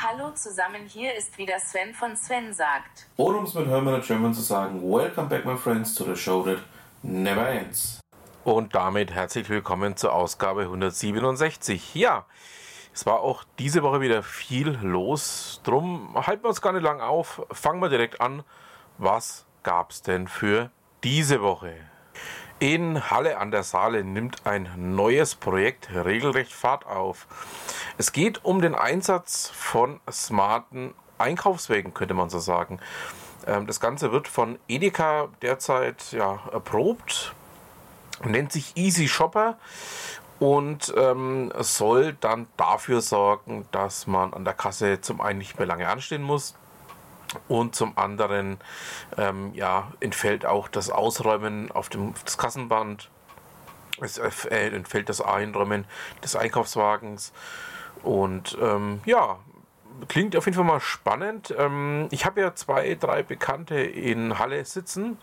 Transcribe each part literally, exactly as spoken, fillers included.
Hallo zusammen, hier ist wieder Sven von Sven sagt. Oder um es mit Hermann und German zu sagen, welcome back my friends to the show that never ends. Und damit herzlich willkommen zur Ausgabe hundertsiebenundsechzig. Ja, es war auch diese Woche wieder viel los, drum halten wir uns gar nicht lang auf, fangen wir direkt an. Was gab's denn für diese Woche? In Halle an der Saale nimmt ein neues Projekt regelrecht Fahrt auf. Es geht um den Einsatz von smarten Einkaufswegen, könnte man so sagen. Das Ganze wird von Edeka derzeit ja, erprobt, nennt sich Easy Shopper und ähm, soll dann dafür sorgen, dass man an der Kasse zum einen nicht mehr lange anstehen muss. Und zum anderen ähm, ja, entfällt auch das Ausräumen auf dem das Kassenband, es äh, entfällt das Einräumen des Einkaufswagens und ähm, ja, klingt auf jeden Fall mal spannend. Ähm, ich habe ja zwei, drei Bekannte in Halle sitzen,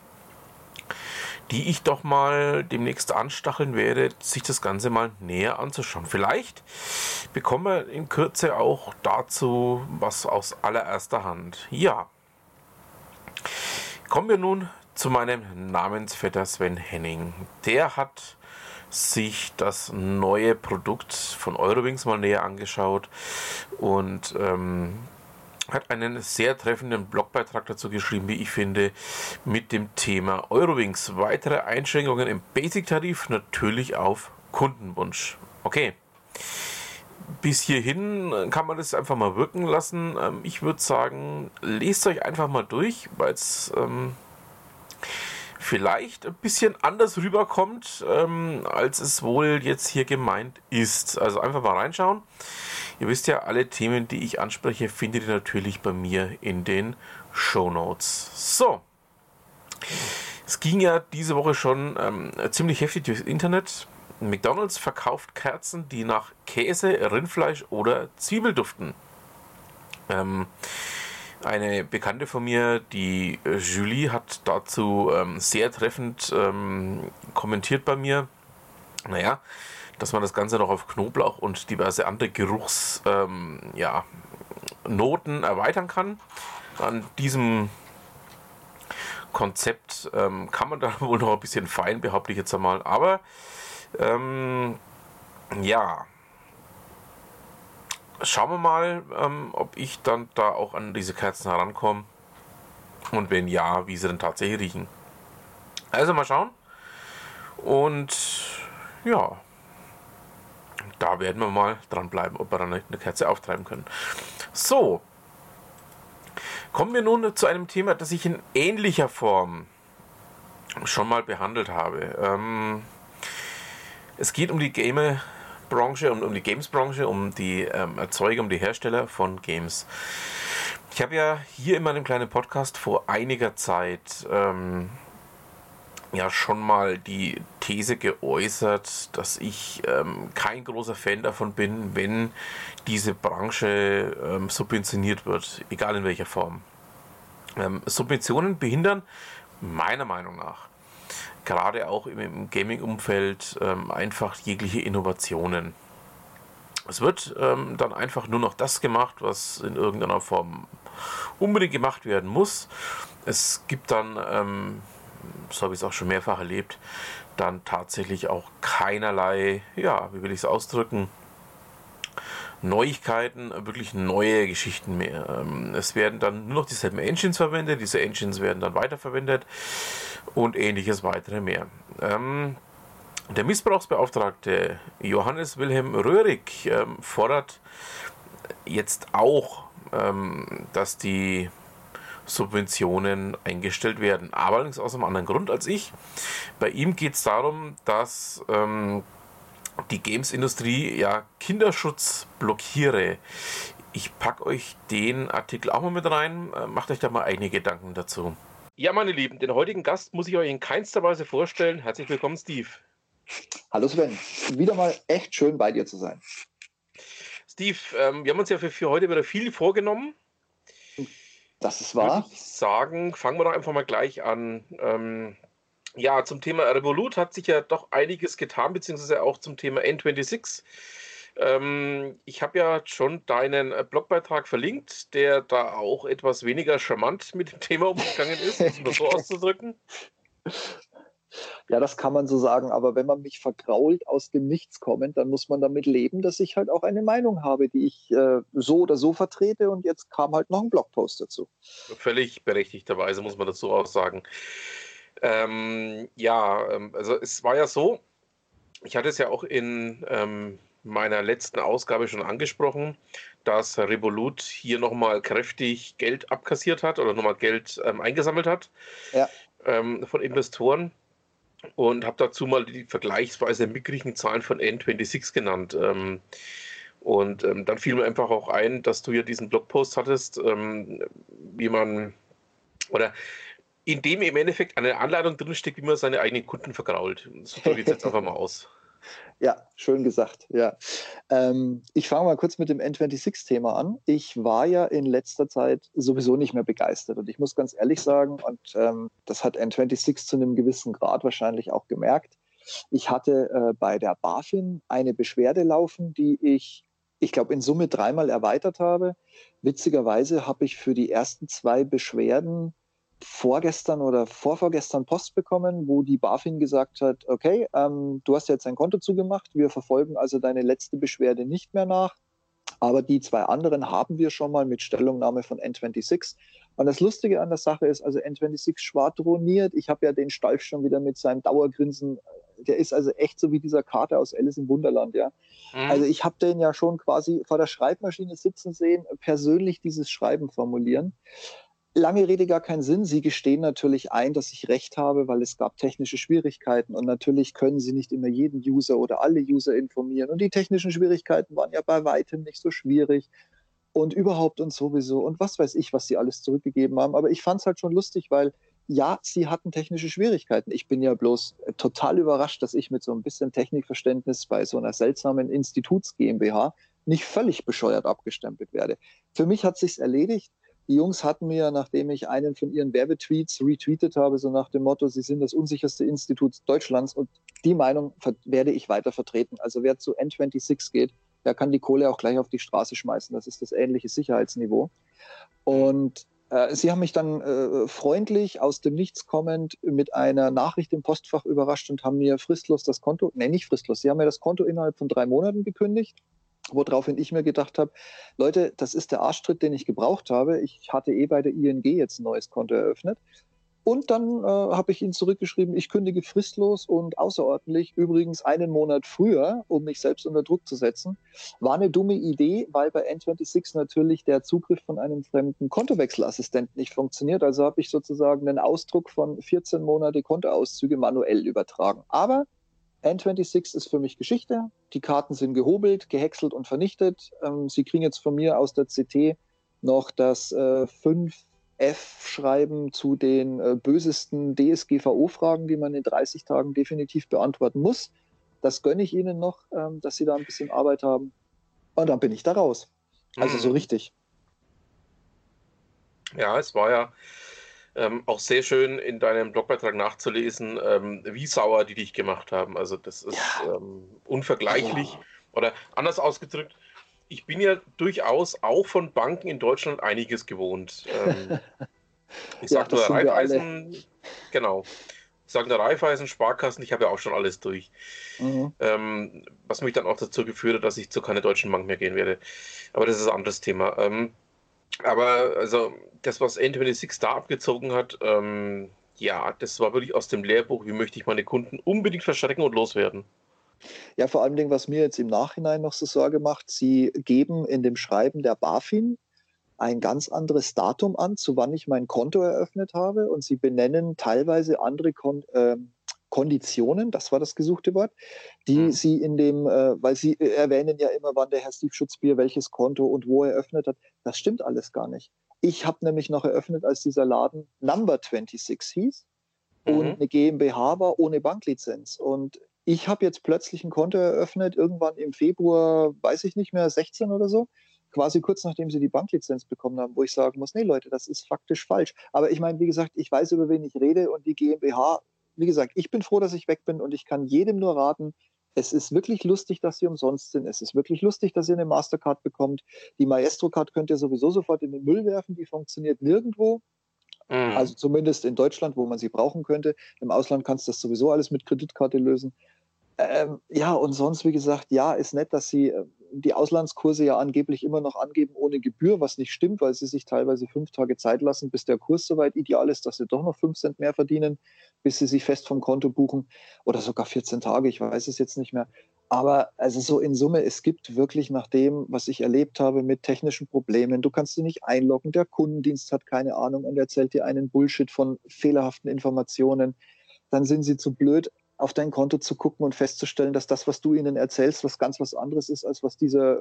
die ich doch mal demnächst anstacheln werde, sich das Ganze mal näher anzuschauen. Vielleicht bekommen wir in Kürze auch dazu was aus allererster Hand. Ja, kommen wir nun zu meinem Namensvetter Sven Henning. Der hat sich das neue Produkt von Eurowings mal näher angeschaut und ähm, hat einen sehr treffenden Blogbeitrag dazu geschrieben, wie ich finde, mit dem Thema Eurowings. Weitere Einschränkungen im Basic-Tarif, natürlich auf Kundenwunsch. Okay, bis hierhin kann man das einfach mal wirken lassen. Ich würde sagen, lest euch einfach mal durch, weil es ähm, vielleicht ein bisschen anders rüberkommt, ähm, als es wohl jetzt hier gemeint ist. Also einfach mal reinschauen. Ihr wisst ja, alle Themen, die ich anspreche, findet ihr natürlich bei mir in den Shownotes. So, es ging ja diese Woche schon ähm, ziemlich heftig durchs Internet. McDonald's verkauft Kerzen, die nach Käse, Rindfleisch oder Zwiebel duften. Ähm, eine Bekannte von mir, die äh, Julie, hat dazu ähm, sehr treffend ähm, kommentiert bei mir. Naja, dass man das Ganze noch auf Knoblauch und diverse andere Geruchsnoten ähm, ja, erweitern kann. An diesem Konzept ähm, kann man da wohl noch ein bisschen fein, behaupte ich jetzt einmal. Aber ähm, ja, schauen wir mal, ähm, ob ich dann da auch an diese Kerzen herankomme. Und wenn ja, wie sie denn tatsächlich riechen. Also mal schauen. Und ja, da werden wir mal dranbleiben, ob wir dann eine Kerze auftreiben können. So, kommen wir nun zu einem Thema, das ich in ähnlicher Form schon mal behandelt habe. Ähm, es geht um die Game-Branche und um die Games-Branche, um die ähm, Erzeuger, um die Hersteller von Games. Ich habe ja hier in meinem kleinen Podcast vor einiger Zeit ähm, ja schon mal die These geäußert, dass ich ähm, kein großer Fan davon bin, wenn diese Branche ähm, subventioniert wird, egal in welcher Form. Ähm, Subventionen behindern meiner Meinung nach, gerade auch im, im Gaming-Umfeld, ähm, einfach jegliche Innovationen. Es wird ähm, dann einfach nur noch das gemacht, was in irgendeiner Form unbedingt gemacht werden muss. Es gibt dann ähm, so habe ich es auch schon mehrfach erlebt, dann tatsächlich auch keinerlei, ja, wie will ich es ausdrücken, Neuigkeiten, wirklich neue Geschichten mehr. Es werden dann nur noch dieselben Engines verwendet, diese Engines werden dann weiterverwendet und ähnliches weitere mehr. Ähm, der Missbrauchsbeauftragte Johannes Wilhelm Röhrig ähm, fordert jetzt auch, ähm, dass die Subventionen eingestellt werden. Aber allerdings aus einem anderen Grund als ich. Bei ihm geht es darum, dass ähm, die Games-Industrie ja Kinderschutz blockiere. Ich packe euch den Artikel auch mal mit rein. Macht euch da mal eigene Gedanken dazu. Ja, meine Lieben, den heutigen Gast muss ich euch in keinster Weise vorstellen. Herzlich willkommen, Steve. Hallo Sven, wieder mal echt schön bei dir zu sein. Steve, ähm, wir haben uns ja für, für heute wieder viel vorgenommen. Das ist wahr. Würde ich sagen, fangen wir doch einfach mal gleich an. Ähm, ja, zum Thema Revolut hat sich ja doch einiges getan, beziehungsweise auch zum Thema N sechsundzwanzig. Ähm, ich habe ja schon deinen äh, Blogbeitrag verlinkt, der da auch etwas weniger charmant mit dem Thema umgegangen ist, um es mal so auszudrücken. Ja, das kann man so sagen, aber wenn man mich vergrault aus dem Nichts kommend, dann muss man damit leben, dass ich halt auch eine Meinung habe, die ich äh, so oder so vertrete, und jetzt kam halt noch ein Blogpost dazu. Völlig berechtigterweise muss man dazu auch sagen. Ähm, ja, also es war ja so, ich hatte es ja auch in ähm, meiner letzten Ausgabe schon angesprochen, dass Revolut hier nochmal kräftig Geld abkassiert hat oder nochmal Geld ähm, eingesammelt hat ja. ähm, von Investoren. Und habe dazu mal die vergleichsweise mickrigen Zahlen von N sechsundzwanzig genannt. Ähm, und ähm, dann fiel mir einfach auch ein, dass du ja diesen Blogpost hattest, ähm, wie man, oder in dem im Endeffekt eine Anleitung drinsteckt, wie man seine eigenen Kunden vergrault. So drücke ich es jetzt einfach mal aus. Ja, schön gesagt. Ja. Ähm, ich fange mal kurz mit dem N sechsundzwanzig-Thema an. Ich war ja in letzter Zeit sowieso nicht mehr begeistert. Und ich muss ganz ehrlich sagen, und ähm, das hat N sechsundzwanzig zu einem gewissen Grad wahrscheinlich auch gemerkt, ich hatte äh, bei der BaFin eine Beschwerde laufen, die ich, ich glaube, in Summe dreimal erweitert habe. Witzigerweise habe ich für die ersten zwei Beschwerden vorgestern oder vorvorgestern Post bekommen, wo die BaFin gesagt hat, okay, ähm, du hast jetzt ein Konto zugemacht, wir verfolgen also deine letzte Beschwerde nicht mehr nach, aber die zwei anderen haben wir schon mal mit Stellungnahme von N sechsundzwanzig. Und das Lustige an der Sache ist, also N sechsundzwanzig schwadroniert, ich habe ja den Stalf schon wieder mit seinem Dauergrinsen, der ist also echt so wie dieser Kater aus Alice im Wunderland, ja. Mhm. Also ich habe den ja schon quasi vor der Schreibmaschine sitzen sehen, persönlich dieses Schreiben formulieren. Lange Rede, gar keinen Sinn. Sie gestehen natürlich ein, dass ich recht habe, weil es gab technische Schwierigkeiten. Und natürlich können Sie nicht immer jeden User oder alle User informieren. Und die technischen Schwierigkeiten waren ja bei weitem nicht so schwierig. Und überhaupt und sowieso. Und was weiß ich, was Sie alles zurückgegeben haben. Aber ich fand es halt schon lustig, weil ja, Sie hatten technische Schwierigkeiten. Ich bin ja bloß total überrascht, dass ich mit so ein bisschen Technikverständnis bei so einer seltsamen Instituts GmbH nicht völlig bescheuert abgestempelt werde. Für mich hat sich's erledigt. Die Jungs hatten mir, nachdem ich einen von ihren Werbetweets retweetet habe, so nach dem Motto, sie sind das unsicherste Institut Deutschlands, und die Meinung werde ich weiter vertreten. Also wer zu N sechsundzwanzig geht, der kann die Kohle auch gleich auf die Straße schmeißen. Das ist das ähnliche Sicherheitsniveau. Und äh, sie haben mich dann äh, freundlich aus dem Nichts kommend mit einer Nachricht im Postfach überrascht und haben mir fristlos das Konto, nee, nicht fristlos, sie haben mir das Konto innerhalb von drei Monaten gekündigt. Woraufhin ich mir gedacht habe, Leute, das ist der Arschtritt, den ich gebraucht habe. Ich hatte eh bei der I N G jetzt ein neues Konto eröffnet. Und dann äh, habe ich ihnen zurückgeschrieben, ich kündige fristlos und außerordentlich, übrigens einen Monat früher, um mich selbst unter Druck zu setzen. War eine dumme Idee, weil bei N sechsundzwanzig natürlich der Zugriff von einem fremden Kontowechselassistenten nicht funktioniert. Also habe ich sozusagen einen Ausdruck von vierzehn Monate Kontoauszüge manuell übertragen. Aber N sechsundzwanzig ist für mich Geschichte. Die Karten sind gehobelt, gehäckselt und vernichtet. Ähm, Sie kriegen jetzt von mir aus der C T noch das äh, fünf F-Schreiben zu den äh, bösesten D S G V O-Fragen, die man in dreißig Tagen definitiv beantworten muss. Das gönne ich Ihnen noch, ähm, dass Sie da ein bisschen Arbeit haben. Und dann bin ich da raus. Also so richtig. Ja, es war ja Ähm, auch sehr schön in deinem Blogbeitrag nachzulesen, ähm, wie sauer die dich gemacht haben. Also das ist Ja. ähm, unvergleichlich. Ja. Oder anders ausgedrückt, ich bin ja durchaus auch von Banken in Deutschland einiges gewohnt. Ähm, ich Ja, sage das nur sind wir Raiffeisen, genau. Ich sage nur Raiffeisen, Sparkassen, ich habe ja auch schon alles durch. Mhm. Ähm, was mich dann auch dazu geführt hat, dass ich zu keiner deutschen Bank mehr gehen werde. Aber das ist ein anderes Thema. Ähm, Aber also das, was N sechsundzwanzig da abgezogen hat, ähm, ja, das war wirklich aus dem Lehrbuch, wie möchte ich meine Kunden unbedingt verschrecken und loswerden. Ja, vor allem, Dingen, was mir jetzt im Nachhinein noch so Sorge macht, Sie geben in dem Schreiben der BaFin ein ganz anderes Datum an, zu wann ich mein Konto eröffnet habe, und Sie benennen teilweise andere Kon äh, Konditionen, das war das gesuchte Wort, die mhm. Sie in dem, äh, weil Sie erwähnen ja immer, wann der Herr Steve Schutzbier welches Konto und wo er eröffnet hat. Das stimmt alles gar nicht. Ich habe nämlich noch eröffnet, als dieser Laden Number sechsundzwanzig hieß mhm. und eine GmbH war ohne Banklizenz. Und ich habe jetzt plötzlich ein Konto eröffnet, irgendwann im Februar, weiß ich nicht mehr, sechzehn oder so, quasi kurz nachdem sie die Banklizenz bekommen haben, wo ich sagen muss, nee Leute, das ist faktisch falsch. Aber ich meine, wie gesagt, ich weiß, über wen ich rede, und die GmbH, wie gesagt, ich bin froh, dass ich weg bin, und ich kann jedem nur raten, Es ist wirklich lustig, dass sie umsonst sind. Es ist wirklich lustig, dass ihr eine Mastercard bekommt. Die Maestro-Card könnt ihr sowieso sofort in den Müll werfen. Die funktioniert nirgendwo. Mhm. Also zumindest in Deutschland, wo man sie brauchen könnte. Im Ausland kannst du das sowieso alles mit Kreditkarte lösen. Ähm, ja, und sonst, wie gesagt, ja, ist nett, dass sie äh, die Auslandskurse ja angeblich immer noch angeben ohne Gebühr, was nicht stimmt, weil sie sich teilweise fünf Tage Zeit lassen, bis der Kurs soweit ideal ist, dass sie doch noch fünf Cent mehr verdienen, bis sie sich fest vom Konto buchen. Oder sogar vierzehn Tage, ich weiß es jetzt nicht mehr. Aber also so in Summe, es gibt wirklich nach dem, was ich erlebt habe mit technischen Problemen, du kannst dich nicht einloggen, der Kundendienst hat keine Ahnung und erzählt dir einen Bullshit von fehlerhaften Informationen. Dann sind sie zu blöd, auf dein Konto zu gucken und festzustellen, dass das, was du ihnen erzählst, was ganz was anderes ist, als was dieser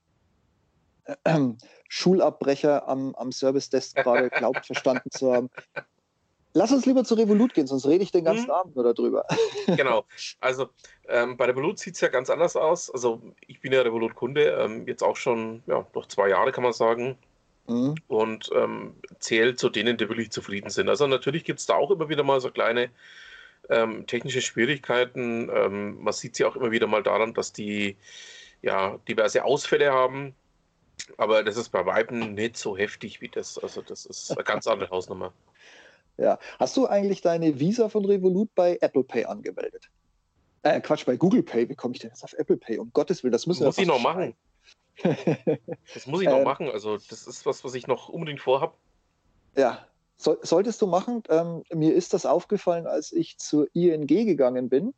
äh, Schulabbrecher am, am Service-Desk gerade glaubt, verstanden zu haben. Lass uns lieber zu Revolut gehen, sonst rede ich den ganzen hm. Abend nur darüber. Genau, also ähm, bei Revolut sieht es ja ganz anders aus. Also ich bin ja Revolut-Kunde, ähm, jetzt auch schon ja, noch zwei Jahre kann man sagen. Mhm. Und ähm, zählt zu denen, die wirklich zufrieden sind. Also natürlich gibt es da auch immer wieder mal so kleine Ähm, technische Schwierigkeiten. Ähm, man sieht sie auch immer wieder mal daran, dass die ja diverse Ausfälle haben. Aber das ist bei Weitem nicht so heftig wie das. Also das ist eine ganz andere Hausnummer. Ja. Hast du eigentlich deine Visa von Revolut bei Apple Pay angemeldet? Äh, Quatsch, bei Google Pay. Wie komme ich denn jetzt auf Apple Pay? Um Gottes Willen, das müssen muss wir ich noch machen. Das muss ich noch ähm, machen. Also das ist was, was ich noch unbedingt vorhabe. Ja. So, solltest du machen. Ähm, mir ist das aufgefallen, als ich zur I N G gegangen bin,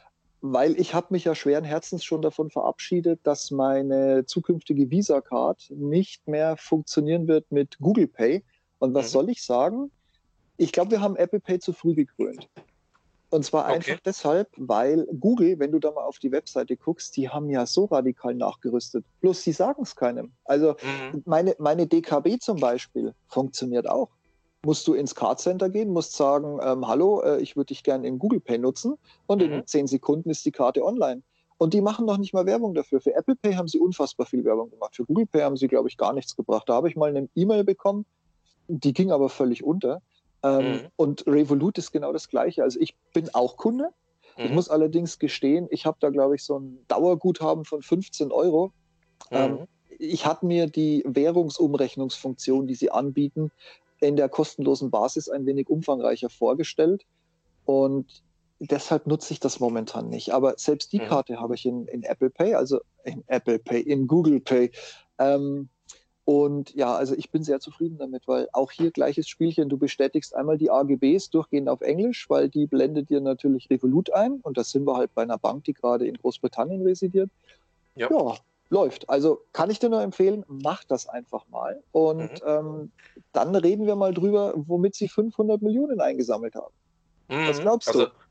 weil ich habe mich ja schweren Herzens schon davon verabschiedet, dass meine zukünftige Visa-Card nicht mehr funktionieren wird mit Google Pay. Und was mhm. soll ich sagen? Ich glaube, wir haben Apple Pay zu früh gekrönt. Und zwar okay. einfach deshalb, weil Google, wenn du da mal auf die Webseite guckst, die haben ja so radikal nachgerüstet. Bloß sie sagen es keinem. Also mhm. meine, meine D K B zum Beispiel funktioniert auch. Musst du ins Card Center gehen, musst sagen, ähm, hallo, äh, ich würde dich gerne in Google Pay nutzen und mhm. in zehn Sekunden ist die Karte online. Und die machen noch nicht mal Werbung dafür. Für Apple Pay haben sie unfassbar viel Werbung gemacht. Für Google Pay haben sie, glaube ich, gar nichts gebracht. Da habe ich mal eine E-Mail bekommen, die ging aber völlig unter. Ähm, mhm. Und Revolut ist genau das Gleiche. Also ich bin auch Kunde. Mhm. Ich muss allerdings gestehen, ich habe da, glaube ich, so ein Dauerguthaben von fünfzehn Euro. Mhm. Ähm, ich hatte mir die Währungsumrechnungsfunktion, die sie anbieten, in der kostenlosen Basis ein wenig umfangreicher vorgestellt und deshalb nutze ich das momentan nicht. Aber selbst die mhm. Karte habe ich in, in Apple Pay, also in Apple Pay, in Google Pay. Ähm, und ja, also ich bin sehr zufrieden damit, weil auch hier gleiches Spielchen, du bestätigst einmal die A G Bs durchgehend auf Englisch, weil die blendet dir natürlich Revolut ein und das sind wir halt bei einer Bank, die gerade in Großbritannien residiert. Ja. ja. Läuft. Also kann ich dir nur empfehlen, mach das einfach mal. Und mhm. ähm, dann reden wir mal drüber, womit sie fünfhundert Millionen eingesammelt haben. Mhm. Was glaubst also, du?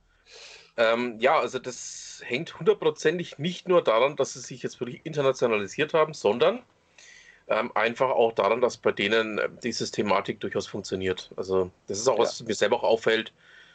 Ähm, ja, also das hängt hundertprozentig nicht nur daran, dass sie sich jetzt wirklich internationalisiert haben, sondern ähm, einfach auch daran, dass bei denen äh, die Systematik durchaus funktioniert. Also das ist auch, was ja. mir selber auch auffällt.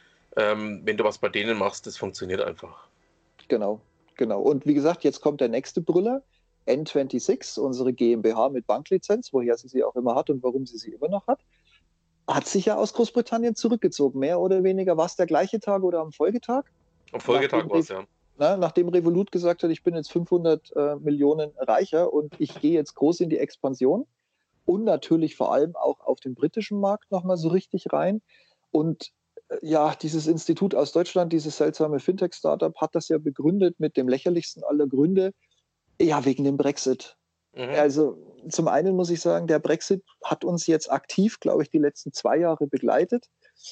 Ähm, wenn du was bei denen machst, das funktioniert einfach. Genau, genau. Und wie gesagt, jetzt kommt der nächste Brüller. N sechsundzwanzig, unsere GmbH mit Banklizenz, woher sie sie auch immer hat und warum sie sie immer noch hat, hat sich ja aus Großbritannien zurückgezogen. Mehr oder weniger, war es der gleiche Tag oder am Folgetag? Am Folgetag war es, ja. Na, nachdem Revolut gesagt hat, ich bin jetzt fünfhundert äh, Millionen reicher und ich gehe jetzt groß in die Expansion und natürlich vor allem auch auf den britischen Markt nochmal so richtig rein. Und äh, ja, dieses Institut aus Deutschland, dieses seltsame Fintech-Startup, hat das ja begründet mit dem lächerlichsten aller Gründe, ja, wegen dem Brexit. Mhm. Also zum einen muss ich sagen, der Brexit hat uns jetzt aktiv, glaube ich, die letzten zwei Jahre begleitet.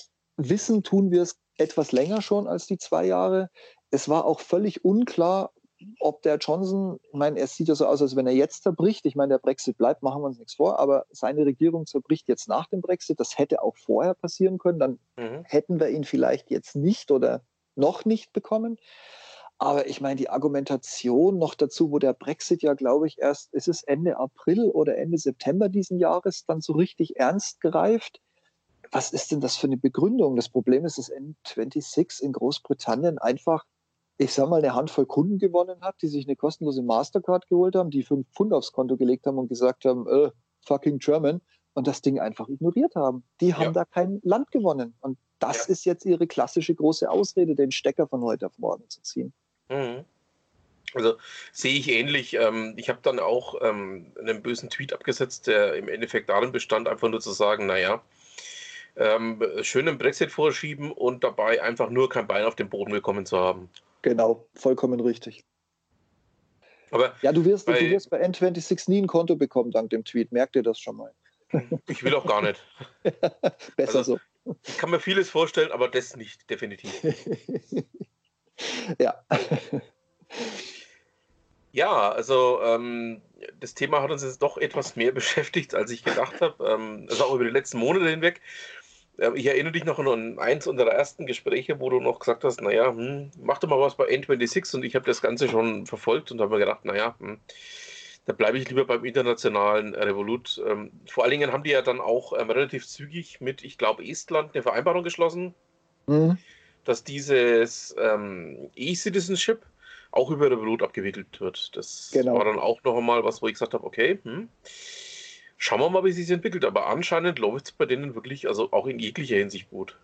Wissen tun wir es etwas länger schon als die zwei Jahre. Es war auch völlig unklar, ob der Johnson, ich meine, es sieht ja so aus, als wenn er jetzt zerbricht. Ich meine, der Brexit bleibt, machen wir uns nichts vor, aber seine Regierung zerbricht jetzt nach dem Brexit. Das hätte auch vorher passieren können. Dann mhm. hätten wir ihn vielleicht jetzt nicht oder noch nicht bekommen. Aber ich meine, die Argumentation noch dazu, wo der Brexit ja, glaube ich, erst, ist es Ende April oder Ende September diesen Jahres dann so richtig ernst gereift. Was ist denn das für eine Begründung? Das Problem ist, dass N sechsundzwanzig in Großbritannien einfach, ich sag mal, eine Handvoll Kunden gewonnen hat, die sich eine kostenlose Mastercard geholt haben, die fünf Pfund aufs Konto gelegt haben und gesagt haben, äh, fucking German, und das Ding einfach ignoriert haben. Die haben ja. da kein Land gewonnen. Und das ja. ist jetzt ihre klassische große Ausrede, den Stecker von heute auf morgen zu ziehen. Mhm. Also sehe ich ähnlich. Ähm, ich habe dann auch ähm, einen bösen Tweet abgesetzt, der im Endeffekt darin bestand, einfach nur zu sagen, naja, ähm, schön den Brexit vorschieben und dabei einfach nur kein Bein auf den Boden bekommen zu haben. Genau, vollkommen richtig. Aber ja, du wirst, bei, du wirst bei N sechsundzwanzig nie ein Konto bekommen dank dem Tweet. Merk dir das schon mal. Ich will auch gar nicht. Besser also, so. Ich kann mir vieles vorstellen, aber das nicht, definitiv. ja. Ja, also ähm, das Thema hat uns jetzt doch etwas mehr beschäftigt, als ich gedacht habe. Ähm, also auch über die letzten Monate hinweg. Ähm, ich erinnere dich noch an eins unserer ersten Gespräche, wo du noch gesagt hast, naja, hm, mach doch mal was bei N sechsundzwanzig, und ich habe das Ganze schon verfolgt und habe mir gedacht, naja, hm, da bleibe ich lieber beim internationalen Revolut. Ähm, vor allen Dingen haben die ja dann auch ähm, relativ zügig mit, ich glaube, Estland eine Vereinbarung geschlossen, mhm. dass dieses ähm, E-Citizenship auch über Revolut abgewickelt wird. Das genau. war dann auch noch einmal was, wo ich gesagt habe, okay, hm, schauen wir mal, wie sich entwickelt. Aber anscheinend läuft es bei denen wirklich, also auch in jeglicher Hinsicht gut.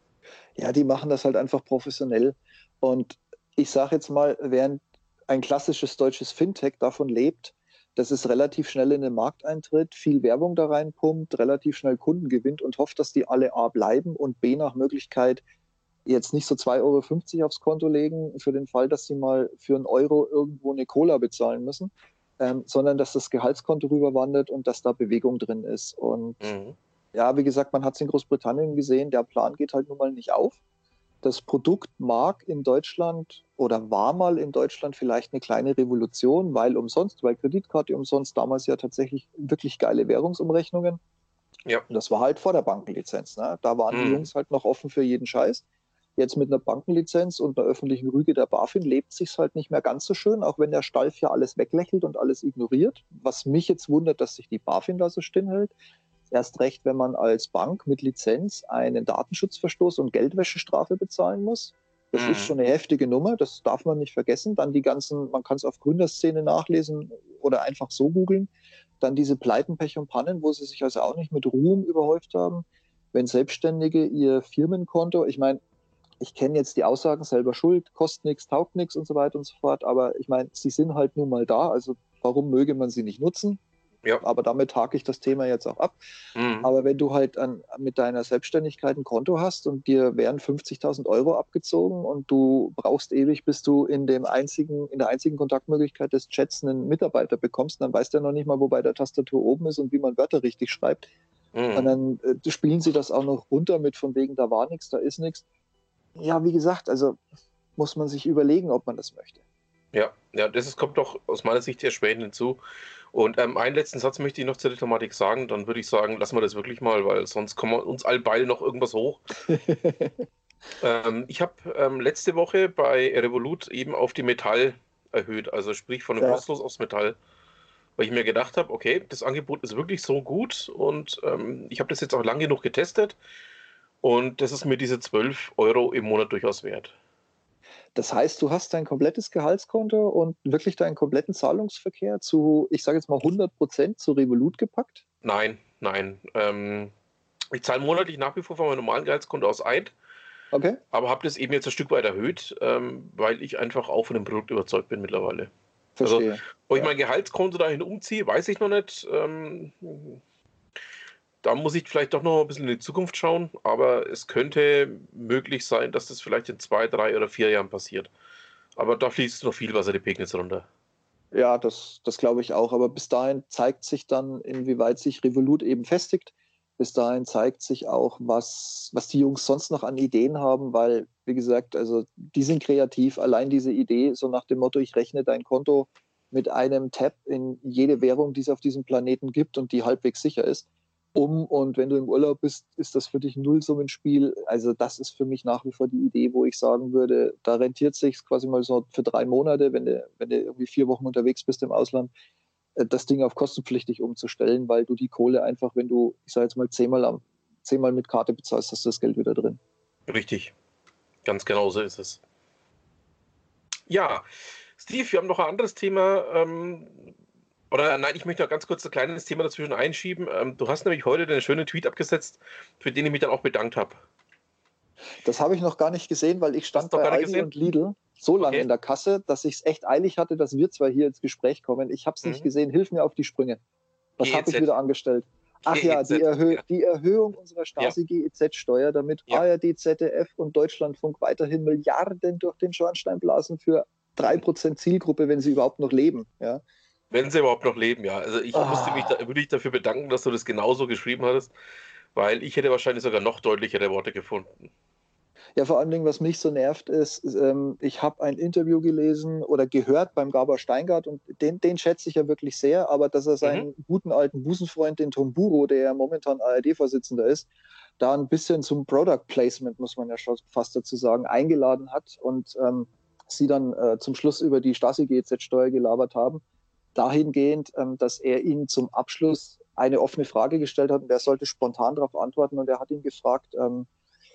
Ja, die machen das halt einfach professionell. Und ich sage jetzt mal, während ein klassisches deutsches Fintech davon lebt, dass es relativ schnell in den Markt eintritt, viel Werbung da reinpumpt, relativ schnell Kunden gewinnt und hofft, dass die alle A bleiben und B nach Möglichkeit jetzt nicht so zwei Euro fünfzig aufs Konto legen für den Fall, dass sie mal für einen Euro irgendwo eine Cola bezahlen müssen, ähm, sondern dass das Gehaltskonto rüberwandert und dass da Bewegung drin ist. Und mhm. ja, wie gesagt, man hat es in Großbritannien gesehen, der Plan geht halt nun mal nicht auf. Das Produkt mag in Deutschland oder war mal in Deutschland vielleicht eine kleine Revolution, weil umsonst, weil Kreditkarte umsonst, damals ja tatsächlich wirklich geile Währungsumrechnungen. Ja. Und das war halt vor der Bankenlizenz. Ne? Da waren mhm. die Jungs halt noch offen für jeden Scheiß. Jetzt mit einer Bankenlizenz und einer öffentlichen Rüge der BaFin lebt es sich halt nicht mehr ganz so schön, auch wenn der Stalf ja alles weglächelt und alles ignoriert. Was mich jetzt wundert, dass sich die BaFin da so still hält. Erst recht, wenn man als Bank mit Lizenz einen Datenschutzverstoß und Geldwäschestrafe bezahlen muss. Das mhm. ist schon eine heftige Nummer, das darf man nicht vergessen. Dann die ganzen, man kann es auf Gründerszene nachlesen oder einfach so googeln. Dann diese Pleiten, Pech und Pannen, wo sie sich also auch nicht mit Ruhm überhäuft haben. Wenn Selbstständige ihr Firmenkonto, ich meine, ich kenne jetzt die Aussagen, selber schuld, kostet nichts, taugt nichts und so weiter und so fort, aber ich meine, sie sind halt nun mal da, also warum möge man sie nicht nutzen? Ja. Aber damit hake ich das Thema jetzt auch ab. Mhm. Aber wenn du halt an, mit deiner Selbstständigkeit ein Konto hast und dir werden fünfzigtausend Euro abgezogen und du brauchst ewig, bis du in dem einzigen, in der einzigen Kontaktmöglichkeit des Chats einen Mitarbeiter bekommst, dann weißt du ja noch nicht mal, wo bei der Tastatur oben ist und wie man Wörter richtig schreibt. Mhm. Und dann äh, spielen sie das auch noch runter mit von wegen, da war nichts, da ist nichts. Ja, wie gesagt, also muss man sich überlegen, ob man das möchte. Ja, ja, das ist, kommt doch aus meiner Sicht erschwerend hinzu. Und ähm, einen letzten Satz möchte ich noch zur Thematik sagen. Dann würde ich sagen, lassen wir das wirklich mal, weil sonst kommen uns allbeil noch irgendwas hoch. ähm, ich habe ähm, letzte Woche bei Revolut eben auf die Metall erhöht, also sprich von dem ja. kostenlos aufs Metall, weil ich mir gedacht habe, okay, das Angebot ist wirklich so gut und ähm, ich habe das jetzt auch lang genug getestet und das ist mir diese zwölf Euro im Monat durchaus wert. Das heißt, du hast dein komplettes Gehaltskonto und wirklich deinen kompletten Zahlungsverkehr zu, ich sage jetzt mal hundert Prozent zu Revolut gepackt? Nein, nein. Ähm, ich zahle monatlich nach wie vor von meinem normalen Gehaltskonto aus ein. Okay. Aber habe das eben jetzt ein Stück weit erhöht, ähm, weil ich einfach auch von dem Produkt überzeugt bin mittlerweile. Verstehe. Also, ob ich ja. mein Gehaltskonto dahin umziehe, weiß ich noch nicht. Ähm, Da muss ich vielleicht doch noch ein bisschen in die Zukunft schauen, aber es könnte möglich sein, dass das vielleicht in zwei, drei oder vier Jahren passiert. Aber da fließt noch viel Wasser die Pegnitz runter. Ja, das, das glaube ich auch. Aber bis dahin zeigt sich dann, inwieweit sich Revolut eben festigt. Bis dahin zeigt sich auch, was, was die Jungs sonst noch an Ideen haben, weil, wie gesagt, also die sind kreativ. Allein diese Idee, so nach dem Motto, ich rechne dein Konto mit einem Tab in jede Währung, die es auf diesem Planeten gibt und die halbwegs sicher ist, um, und wenn du im Urlaub bist, ist das für dich ein Nullsummenspiel. Also das ist für mich nach wie vor die Idee, wo ich sagen würde, da rentiert sich quasi mal so für drei Monate, wenn du, wenn du irgendwie vier Wochen unterwegs bist im Ausland, das Ding auf kostenpflichtig umzustellen, weil du die Kohle einfach, wenn du, ich sage jetzt mal, zehnmal, am, zehnmal mit Karte bezahlst, hast du das Geld wieder drin. Richtig, ganz genau so ist es. Ja, Steve, wir haben noch ein anderes Thema, ähm, Oder nein, ich möchte noch ganz kurz ein kleines Thema dazwischen einschieben. Ähm, du hast nämlich heute einen schönen Tweet abgesetzt, für den ich mich dann auch bedankt habe. Das habe ich noch gar nicht gesehen, weil ich stand bei Aldi und Lidl so lange Okay. in der Kasse, dass ich es echt eilig hatte, dass wir zwei hier ins Gespräch kommen. Ich habe es Mhm. nicht gesehen. Hilf mir auf die Sprünge. Was habe ich G E Z. wieder angestellt? Ach ja, G E Z, die, Erhö ja. die Erhöhung unserer Stasi-G E Z-Steuer, damit Ja. A R D, Z D F und Deutschlandfunk weiterhin Milliarden durch den Schornstein blasen für drei Prozent Zielgruppe, wenn sie überhaupt noch leben. Ja. Wenn sie überhaupt noch leben, ja. Also ich Ah. musste mich da, würde ich dafür bedanken, dass du das genauso geschrieben hattest, weil ich hätte wahrscheinlich sogar noch deutlichere Worte gefunden. Ja, vor allen Dingen, was mich so nervt, ist, ähm, ich habe ein Interview gelesen oder gehört beim Gabor Steingart und den, den schätze ich ja wirklich sehr, aber dass er seinen Mhm. guten alten Busenfreund, den Tom Buro, der ja momentan A R D-Vorsitzender ist, da ein bisschen zum Product Placement, muss man ja schon fast dazu sagen, eingeladen hat und ähm, sie dann äh, zum Schluss über die Stasi-G E Z-Steuer gelabert haben, dahingehend, ähm, dass er ihnen zum Abschluss eine offene Frage gestellt hat und er sollte spontan darauf antworten und er hat ihn gefragt, ähm,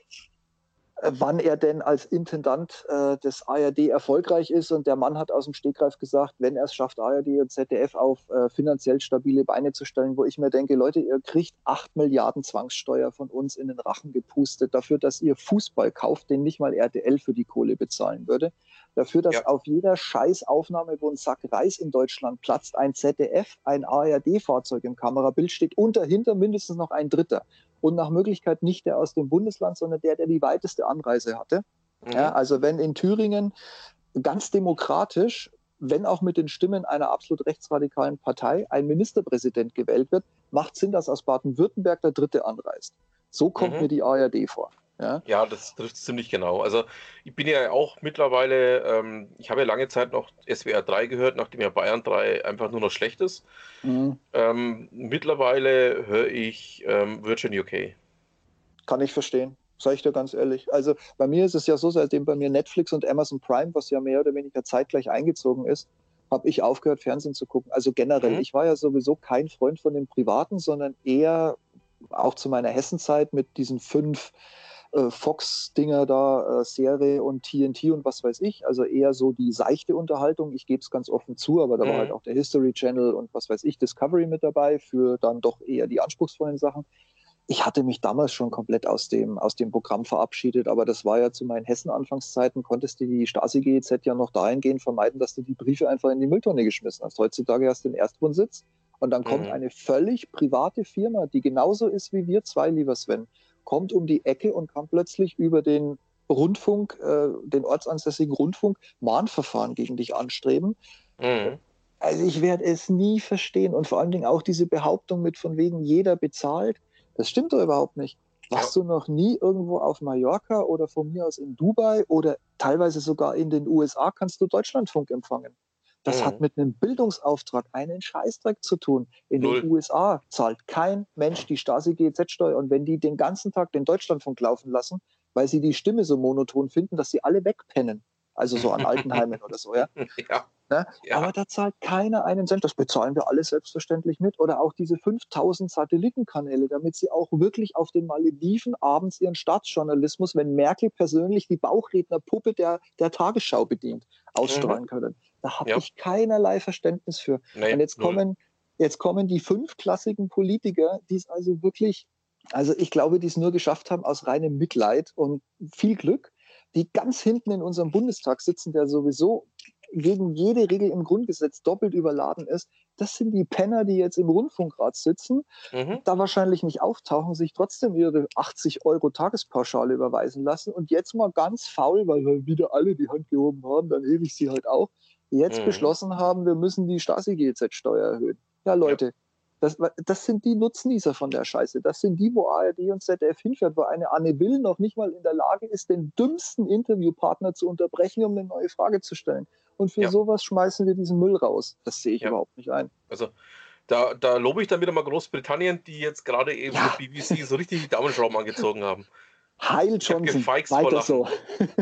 wann er denn als Intendant äh, des A R D erfolgreich ist. Und der Mann hat aus dem Stegreif gesagt, wenn er es schafft, A R D und Z D F auf äh, finanziell stabile Beine zu stellen, wo ich mir denke, Leute, ihr kriegt acht Milliarden Zwangssteuer von uns in den Rachen gepustet, dafür, dass ihr Fußball kauft, den nicht mal R T L für die Kohle bezahlen würde. Dafür, dass Ja. auf jeder Scheißaufnahme, wo ein Sack Reis in Deutschland platzt, ein Z D F, ein A R D-Fahrzeug im Kamerabild steht und dahinter mindestens noch ein Dritter. Und nach Möglichkeit nicht der aus dem Bundesland, sondern der, der die weiteste Anreise hatte. Mhm. Ja, also wenn in Thüringen ganz demokratisch, wenn auch mit den Stimmen einer absolut rechtsradikalen Partei, ein Ministerpräsident gewählt wird, macht Sinn, dass aus Baden-Württemberg der Dritte anreist. So kommt Mhm. mir die A R D vor. Ja, Ja, das trifft ziemlich genau. Also ich bin ja auch mittlerweile, ähm, ich habe ja lange Zeit noch S W R drei gehört, nachdem ja Bayern drei einfach nur noch schlecht ist. mhm. Ähm, mittlerweile höre ich ähm, Virgin U K. Kann ich verstehen. Sag ich dir ganz ehrlich. Also bei mir ist es ja so, seitdem bei mir Netflix und Amazon Prime, was ja mehr oder weniger zeitgleich eingezogen ist, habe ich aufgehört, Fernsehen zu gucken. Also generell, Mhm. ich war ja sowieso kein Freund von dem Privaten, sondern eher auch zu meiner Hessenzeit mit diesen fünf äh, Fox-Dinger da, äh, Serie und T N T und was weiß ich. Also eher so die seichte Unterhaltung. Ich gebe es ganz offen zu, aber da war Mhm. halt auch der History Channel und was weiß ich, Discovery mit dabei für dann doch eher die anspruchsvollen Sachen. Ich hatte mich damals schon komplett aus dem, aus dem Programm verabschiedet, aber das war ja zu meinen Hessen-Anfangszeiten, konntest du die Stasi-G E Z ja noch dahingehend vermeiden, dass du die Briefe einfach in die Mülltonne geschmissen hast. Heutzutage hast du den Erstwohnsitz und dann kommt Mhm. eine völlig private Firma, die genauso ist wie wir zwei, lieber Sven, kommt um die Ecke und kann plötzlich über den Rundfunk, äh, den ortsansässigen Rundfunk, Mahnverfahren gegen dich anstreben. Mhm. Also ich werde es nie verstehen und vor allen Dingen auch diese Behauptung mit von wegen jeder bezahlt. Das stimmt doch überhaupt nicht. Warst Ja. du noch nie irgendwo auf Mallorca oder von mir aus in Dubai oder teilweise sogar in den U S A kannst du Deutschlandfunk empfangen? Das Mhm. hat mit einem Bildungsauftrag einen Scheißdreck zu tun. In Null. den U S A zahlt kein Mensch die Stasi-G E Z-Steuer und wenn die den ganzen Tag den Deutschlandfunk laufen lassen, weil sie die Stimme so monoton finden, dass sie alle wegpennen, also so an Altenheimen oder so, ja, Ja. Ne? Ja. Aber da zahlt keiner einen Cent. Das bezahlen wir alle selbstverständlich mit. Oder auch diese fünftausend Satellitenkanäle, damit sie auch wirklich auf den Malediven abends ihren Staatsjournalismus, wenn Merkel persönlich die Bauchrednerpuppe der, der Tagesschau bedient, ausstrahlen können. Da habe Ja. ich keinerlei Verständnis für. Nee, Und jetzt null. kommen, jetzt kommen die fünfklassigen Politiker, die es also wirklich, also ich glaube, die es nur geschafft haben aus reinem Mitleid und viel Glück, die ganz hinten in unserem Bundestag sitzen, der sowieso gegen jede Regel im Grundgesetz doppelt überladen ist. Das sind die Penner, die jetzt im Rundfunkrat sitzen, Mhm. da wahrscheinlich nicht auftauchen, sich trotzdem ihre achtzig Euro Tagespauschale überweisen lassen und jetzt mal ganz faul, weil wir wieder alle die Hand gehoben haben, dann hebe ich sie halt auch, jetzt Mhm. beschlossen haben, wir müssen die Stasi-G E Z-Steuer erhöhen. Ja, Leute, das, das sind die Nutznießer von der Scheiße. Das sind die, wo A R D und Z D F hinfährt, wo eine Anne Will noch nicht mal in der Lage ist, den dümmsten Interviewpartner zu unterbrechen, um eine neue Frage zu stellen. Und für Ja. sowas schmeißen wir diesen Müll raus. Das sehe ich Ja. überhaupt nicht ein. Also da, da lobe ich dann wieder mal Großbritannien, die jetzt gerade eben Ja. mit B B C so richtig die Daumenschrauben angezogen haben. Heil Ich hab Johnson, gefeixt vor weiter Lachen. so.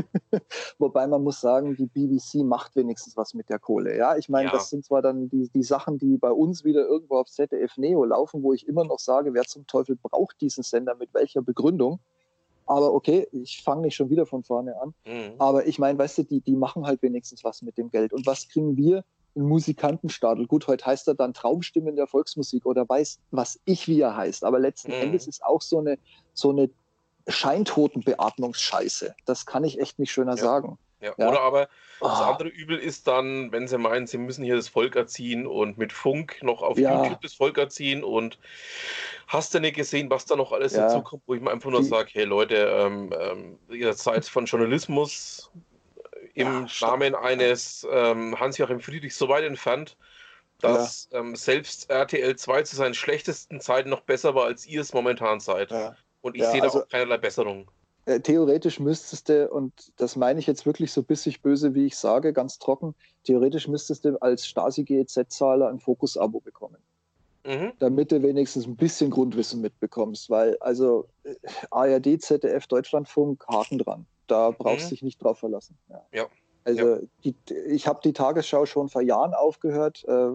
Wobei man muss sagen, die B B C macht wenigstens was mit der Kohle. Ja, ich meine, Ja. das sind zwar dann die, die Sachen, die bei uns wieder irgendwo auf Z D F Neo laufen, wo ich immer noch sage, wer zum Teufel braucht diesen Sender, mit welcher Begründung. Aber okay, ich fange nicht schon wieder von vorne an. Mhm. Aber ich meine, weißt du, die, die machen halt wenigstens was mit dem Geld. Und was kriegen wir? Ein Musikantenstadel. Gut, heute heißt er dann Traumstimmen der Volksmusik oder weiß, was ich, wie er heißt. Aber letzten Mhm. Endes ist auch so eine, so eine Scheintotenbeatmungsscheiße. Das kann ich echt nicht schöner Ja. sagen. Ja. Ja. Oder aber Oh. das andere Übel ist dann, wenn sie meinen, sie müssen hier das Volk erziehen und mit Funk noch auf Ja. YouTube das Volk erziehen und hast du nicht gesehen, was da noch alles Ja. dazu kommt, wo ich mir einfach nur Die- sage, hey Leute, ähm, ähm, ihr seid von Journalismus im Ja, stopp. Namen eines ähm, Hans-Joachim Friedrich so weit entfernt, dass ähm, selbst R T L zwei zu seinen schlechtesten Zeiten noch besser war, als ihr es momentan seid. Ja. Und ich Ja, sehe da also- auch keinerlei Besserung. Äh, Theoretisch müsstest du, und das meine ich jetzt wirklich so bissig böse, wie ich sage, ganz trocken, theoretisch müsstest du als Stasi-G E Z-Zahler ein Fokus-Abo bekommen, Mhm. damit du wenigstens ein bisschen Grundwissen mitbekommst, weil also äh, A R D, Z D F, Deutschlandfunk, Haken dran. Da brauchst du Mhm. dich nicht drauf verlassen. Ja. Ja. Also die, ich habe die Tagesschau schon vor Jahren aufgehört. Äh,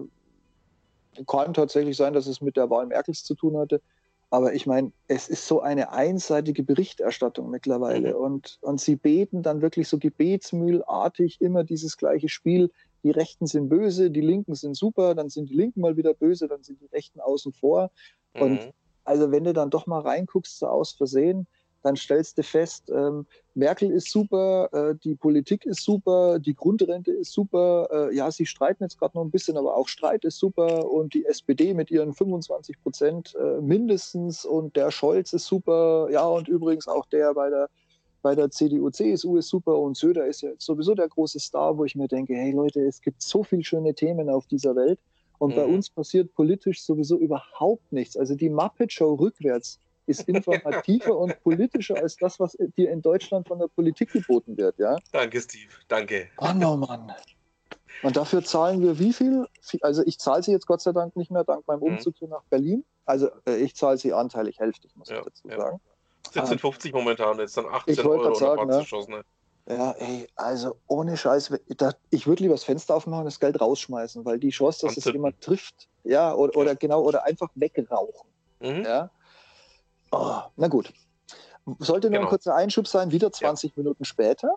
kann tatsächlich sein, dass es mit der Wahl Merkels zu tun hatte. Aber ich meine, es ist so eine einseitige Berichterstattung mittlerweile. Mhm. Und, und sie beten dann wirklich so gebetsmühlartig immer dieses gleiche Spiel. Die Rechten sind böse, die Linken sind super, dann sind die Linken mal wieder böse, dann sind die Rechten außen vor. Und Mhm. also wenn du dann doch mal reinguckst, so aus Versehen, dann stellst du fest, ähm, Merkel ist super, äh, die Politik ist super, die Grundrente ist super, äh, ja, sie streiten jetzt gerade noch ein bisschen, aber auch Streit ist super und die S P D mit ihren fünfundzwanzig Prozent äh, mindestens und der Scholz ist super, ja, und übrigens auch der bei der, bei der C D U, C S U ist super und Söder ist ja sowieso der große Star, wo ich mir denke, hey Leute, es gibt so viele schöne Themen auf dieser Welt und Mhm. bei uns passiert politisch sowieso überhaupt nichts. Also die Muppet Show rückwärts ist informativer und politischer als das, was dir in Deutschland von der Politik geboten wird. Ja? Danke, Steve. Danke. Mann, oh Mann. Und dafür zahlen wir wie viel? Also ich zahle sie jetzt Gott sei Dank nicht mehr, dank meinem Umzug hier nach Berlin. Also äh, ich zahle sie anteilig hälftig, muss Ja, ich dazu ja. sagen. siebzehn fünfzig momentan, jetzt dann achtzehn Ich wollte Euro grad und sagen, dann ne? ne? Ja, ey, also ohne Scheiß, da, ich würde lieber das Fenster aufmachen und das Geld rausschmeißen, weil die Chance, dass es Anzünden. jemand trifft, ja, oder, oder Ja. genau, oder einfach wegrauchen. Mhm. Ja. Oh, na gut. Sollte nur Genau. ein kurzer Einschub sein, wieder zwanzig Minuten später.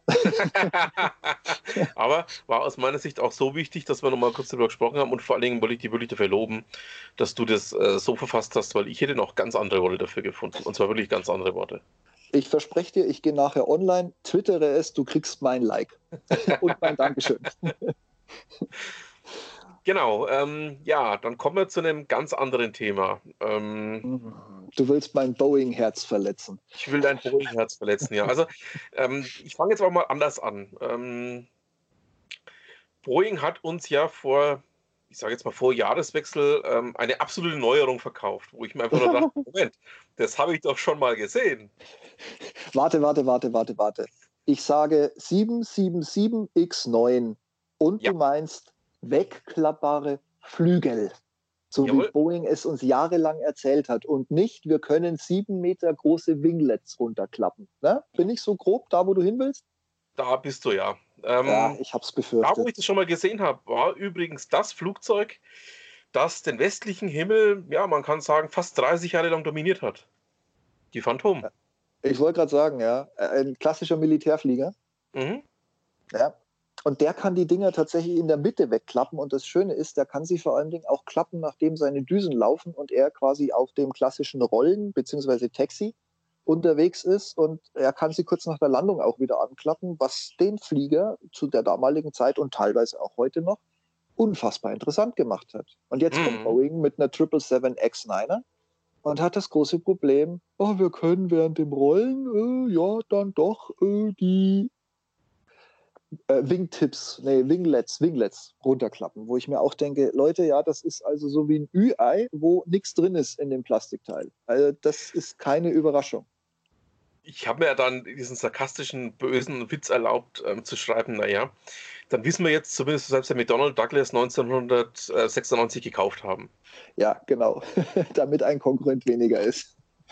Aber war aus meiner Sicht auch so wichtig, dass wir nochmal kurz darüber gesprochen haben und vor allen Dingen wollte ich dir wirklich dafür loben, dass du das äh, so verfasst hast, weil ich hätte noch ganz andere Worte dafür gefunden und zwar wirklich ganz andere Worte. Ich verspreche dir, ich gehe nachher online, twittere es, du kriegst mein Like und mein Dankeschön. Genau, ähm, ja, dann kommen wir zu einem ganz anderen Thema. Ähm, Du willst mein Boeing-Herz verletzen. ich will dein Boeing-Herz verletzen, ja. Also, ähm, ich fange jetzt auch mal anders an. Ähm, Boeing hat uns ja vor, ich sage jetzt mal vor Jahreswechsel, ähm, eine absolute Neuerung verkauft, wo ich mir einfach nur dachte, Moment, das habe ich doch schon mal gesehen. Warte, warte, warte, warte, warte. Ich sage sieben sieben sieben X neun und Ja. du meinst wegklappbare Flügel. So Jawohl. wie Boeing es uns jahrelang erzählt hat. Und nicht, wir können sieben Meter große Winglets runterklappen. Ne? Bin ich so grob da, wo du hin willst? Da bist du ja. Ähm, Ja, ich hab's Da, wo befürchtet. ich das schon mal gesehen habe, war übrigens das Flugzeug, das den westlichen Himmel, ja, man kann sagen, fast dreißig Jahre lang dominiert hat. Die Phantom. Ich wollte gerade sagen, ja, ein klassischer Militärflieger. Mhm. Ja. Und der kann die Dinger tatsächlich in der Mitte wegklappen. Und das Schöne ist, der kann sie vor allen Dingen auch klappen, nachdem seine Düsen laufen und er quasi auf dem klassischen Rollen- bzw. Taxi unterwegs ist. Und er kann sie kurz nach der Landung auch wieder anklappen, was den Flieger zu der damaligen Zeit und teilweise auch heute noch unfassbar interessant gemacht hat. Und jetzt Mhm. kommt Boeing mit einer sieben sieben sieben X neun und hat das große Problem, oh, wir können während dem Rollen, äh, ja, dann doch äh, die äh, Wingtips, nee, Winglets, Winglets runterklappen, wo ich mir auch denke, Leute, ja, das ist also so wie ein Ü-Ei, wo nichts drin ist in dem Plastikteil. Also das ist keine Überraschung. Ich habe mir dann diesen sarkastischen, bösen Witz erlaubt, ähm, zu schreiben, naja, dann wissen wir jetzt zumindest, selbst mit Donald Douglas neunzehnhundertsechsundneunzig gekauft haben. Ja, genau, damit ein Konkurrent weniger ist.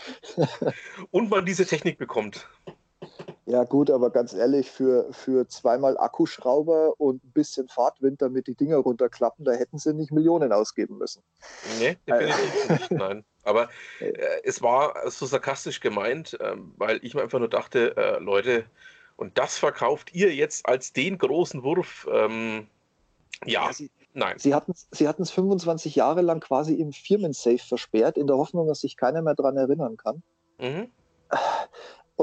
Und man diese Technik bekommt. Ja gut, aber ganz ehrlich, für, für zweimal Akkuschrauber und ein bisschen Fahrtwind, damit die Dinger runterklappen, da hätten sie nicht Millionen ausgeben müssen. Nee, definitiv nicht, nein. Aber äh, es war so sarkastisch gemeint, ähm, weil ich mir einfach nur dachte, äh, Leute, und das verkauft ihr jetzt als den großen Wurf? Ähm, ja, Ja, sie, nein. Sie hatten es sie hatten's fünfundzwanzig Jahre lang quasi im Firmensafe versperrt, in der Hoffnung, dass sich keiner mehr daran erinnern kann. Mhm. Und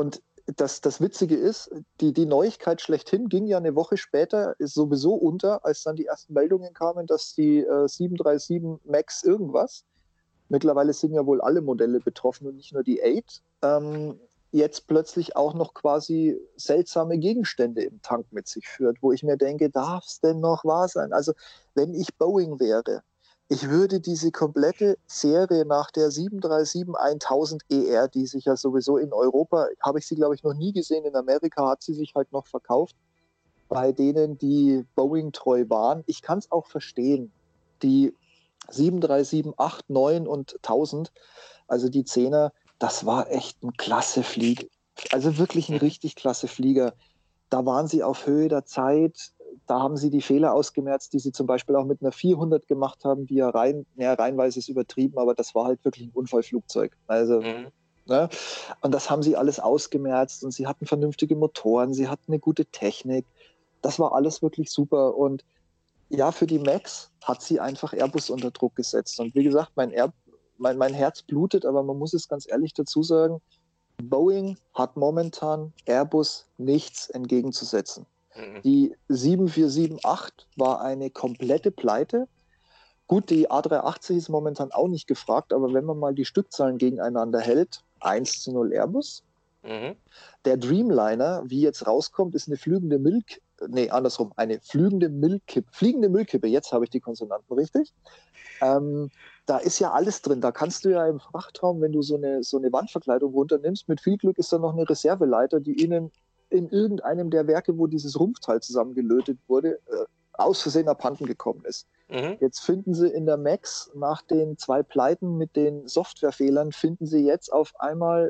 das, das Witzige ist, die, die Neuigkeit schlechthin ging ja eine Woche später ist sowieso unter, als dann die ersten Meldungen kamen, dass die äh, sieben drei sieben Max irgendwas, mittlerweile sind ja wohl alle Modelle betroffen und nicht nur die acht, ähm, jetzt plötzlich auch noch quasi seltsame Gegenstände im Tank mit sich führt, wo ich mir denke, darf es denn noch wahr sein? Also wenn ich Boeing wäre, ich würde diese komplette Serie nach der sieben drei sieben tausend E R, die sich ja sowieso in Europa, habe ich sie glaube ich noch nie gesehen, in Amerika hat sie sich halt noch verkauft, bei denen, die Boeing treu waren. Ich kann es auch verstehen, die sieben drei sieben, acht, neun und tausend, also die Zehner, das war echt ein klasse Flieger. Also wirklich ein richtig klasse Flieger. Da waren sie auf Höhe der Zeit. Da haben sie die Fehler ausgemerzt, die sie zum Beispiel auch mit einer vierhundert gemacht haben, die ja rein, ja, reinweise ist übertrieben, aber das war halt wirklich ein Unfallflugzeug. Also, mhm. ne? Und das haben sie alles ausgemerzt und sie hatten vernünftige Motoren, sie hatten eine gute Technik. Das war alles wirklich super. Und ja, für die Max hat sie einfach Airbus unter Druck gesetzt. Und wie gesagt, mein, Air, mein, mein Herz blutet, aber man muss es ganz ehrlich dazu sagen, Boeing hat momentan Airbus nichts entgegenzusetzen. Mhm. Die sieben vier sieben acht war eine komplette Pleite. Gut, die A drei achtzig ist momentan auch nicht gefragt, aber wenn man mal die Stückzahlen gegeneinander hält, eins zu null Airbus. Mhm. Der Dreamliner, wie jetzt rauskommt, ist eine flügende Milch, nee, andersrum, eine flügende Müllkippe, fliegende Müllkippe, jetzt habe ich die Konsonanten richtig. Ähm, da ist ja alles drin. Da kannst du ja im Frachtraum, wenn du so eine, so eine Wandverkleidung runternimmst, mit viel Glück ist da noch eine Reserveleiter, die ihnen in irgendeinem der Werke, wo dieses Rumpfteil zusammengelötet wurde, äh, aus Versehen abhanden gekommen ist. Mhm. Jetzt finden sie in der Max nach den zwei Pleiten mit den Softwarefehlern, finden sie jetzt auf einmal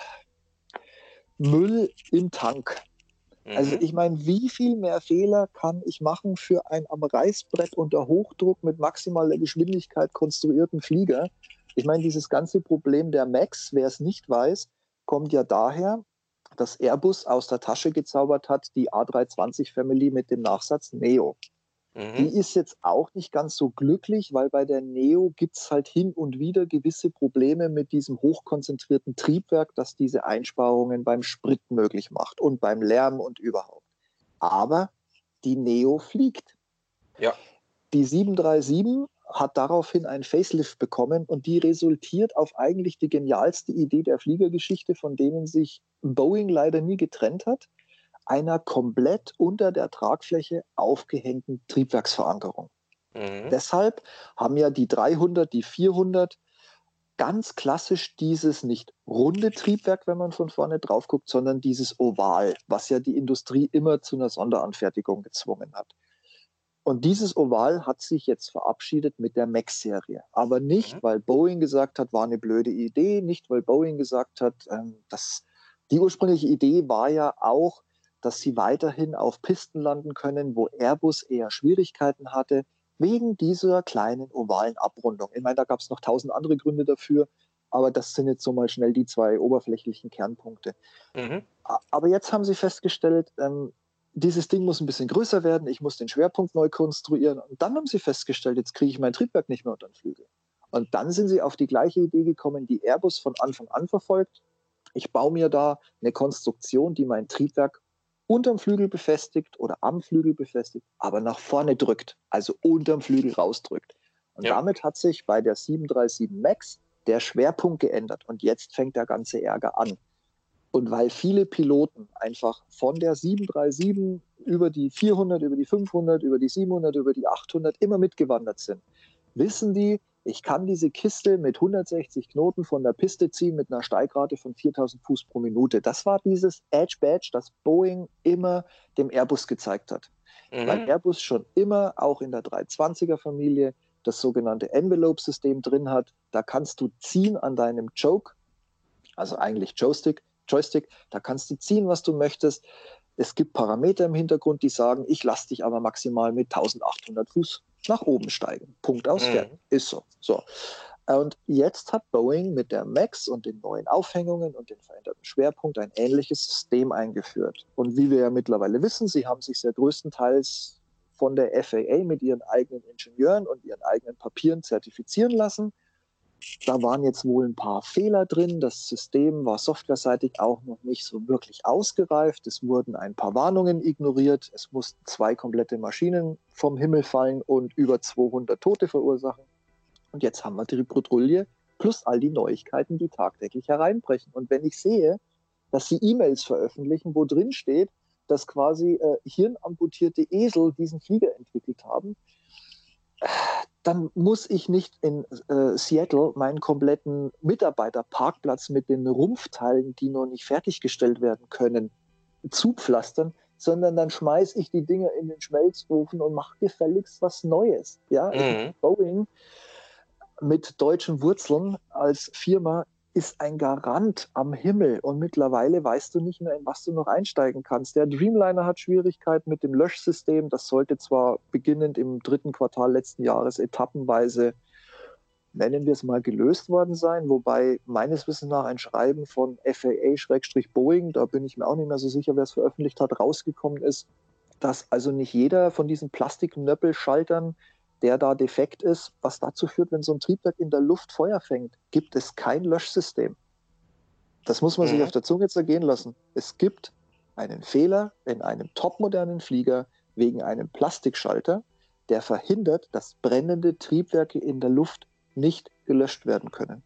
Müll im Tank. Mhm. Also ich meine, wie viel mehr Fehler kann ich machen für ein am Reißbrett unter Hochdruck mit maximaler Geschwindigkeit konstruierten Flieger? Ich meine, dieses ganze Problem der Max, wer es nicht weiß, kommt ja daher, dass Airbus aus der Tasche gezaubert hat, die A drei zwanzig Family mit dem Nachsatz Neo. Mhm. Die ist jetzt auch nicht ganz so glücklich, weil bei der Neo gibt es halt hin und wieder gewisse Probleme mit diesem hochkonzentrierten Triebwerk, das diese Einsparungen beim Sprit möglich macht und beim Lärm und überhaupt. Aber die Neo fliegt. Ja. Die sieben drei sieben hat daraufhin einen Facelift bekommen und die resultiert auf eigentlich die genialste Idee der Fliegergeschichte, von denen sich Boeing leider nie getrennt hat, einer komplett unter der Tragfläche aufgehängten Triebwerksverankerung. Mhm. Deshalb haben ja die dreihundert, die vierhundert ganz klassisch dieses nicht runde Triebwerk, wenn man von vorne drauf guckt, sondern dieses Oval, was ja die Industrie immer zu einer Sonderanfertigung gezwungen hat. Und dieses Oval hat sich jetzt verabschiedet mit der Max-Serie. Aber nicht, mhm. weil Boeing gesagt hat, war eine blöde Idee, nicht, weil Boeing gesagt hat, ähm, dass die ursprüngliche Idee war ja auch, dass sie weiterhin auf Pisten landen können, wo Airbus eher Schwierigkeiten hatte, wegen dieser kleinen ovalen Abrundung. Ich meine, da gab es noch tausend andere Gründe dafür, aber das sind jetzt so mal schnell die zwei oberflächlichen Kernpunkte. Mhm. Aber jetzt haben sie festgestellt, ähm, dieses Ding muss ein bisschen größer werden, ich muss den Schwerpunkt neu konstruieren. Und dann haben sie festgestellt, jetzt kriege ich mein Triebwerk nicht mehr unter den Flügel. Und dann sind sie auf die gleiche Idee gekommen, die Airbus von Anfang an verfolgt. Ich baue mir da eine Konstruktion, die mein Triebwerk unterm Flügel befestigt oder am Flügel befestigt, aber nach vorne drückt, also unterm Flügel rausdrückt. Und ja. damit hat sich bei der sieben drei sieben Max der Schwerpunkt geändert. Und jetzt fängt der ganze Ärger an. Und weil viele Piloten einfach von der sieben drei sieben über die vierhundert, über die fünfhundert, über die siebenhundert, über die achthundert immer mitgewandert sind, wissen die, ich kann diese Kiste mit hundertsechzig Knoten von der Piste ziehen mit einer Steigrate von viertausend Fuß pro Minute. Das war dieses Edge Badge, das Boeing immer dem Airbus gezeigt hat. Mhm. Weil Airbus schon immer, auch in der dreihundertzwanziger Familie, das sogenannte Envelope-System drin hat. Da kannst du ziehen an deinem Choke, also eigentlich Joystick, Joystick, da kannst du ziehen, was du möchtest. Es gibt Parameter im Hintergrund, die sagen, ich lasse dich aber maximal mit eintausendachthundert Fuß nach oben steigen. Punkt aus, fertig. Mhm. Ist so. so. Und jetzt hat Boeing mit der Max und den neuen Aufhängungen und dem veränderten Schwerpunkt ein ähnliches System eingeführt. Und wie wir ja mittlerweile wissen, sie haben sich sehr größtenteils von der F A A mit ihren eigenen Ingenieuren und ihren eigenen Papieren zertifizieren lassen. da waren jetzt wohl ein paar Fehler drin. Das System war softwareseitig auch noch nicht so wirklich ausgereift. Es wurden ein paar Warnungen ignoriert. Es mussten zwei komplette Maschinen vom Himmel fallen und über zweihundert Tote verursachen. Und jetzt haben wir die Bredouille plus all die Neuigkeiten, die tagtäglich hereinbrechen. Und wenn ich sehe, dass sie E-Mails veröffentlichen, wo drin steht, dass quasi äh, hirnamputierte Esel diesen Flieger entwickelt haben, dann muss ich nicht in äh, Seattle meinen kompletten Mitarbeiterparkplatz mit den Rumpfteilen, die noch nicht fertiggestellt werden können, zupflastern, sondern dann schmeiße ich die Dinger in den Schmelzofen und mache gefälligst was Neues. Ja? Mhm. Boeing mit deutschen Wurzeln als Firma ist ein Garant am Himmel und mittlerweile weißt du nicht mehr, in was du noch einsteigen kannst. Der Dreamliner hat Schwierigkeiten mit dem Löschsystem. Das sollte zwar beginnend im dritten Quartal letzten Jahres etappenweise, nennen wir es mal, gelöst worden sein, wobei meines Wissens nach ein Schreiben von F A A-Boeing, da bin ich mir auch nicht mehr so sicher, wer es veröffentlicht hat, rausgekommen ist, dass also nicht jeder von diesen Plastiknöppelschaltern, der da defekt ist, was dazu führt, wenn so ein Triebwerk in der Luft Feuer fängt, gibt es kein Löschsystem. Das muss man mhm. sich auf der Zunge zergehen lassen. Es gibt einen Fehler in einem topmodernen Flieger wegen einem Plastikschalter, der verhindert, dass brennende Triebwerke in der Luft nicht gelöscht werden können.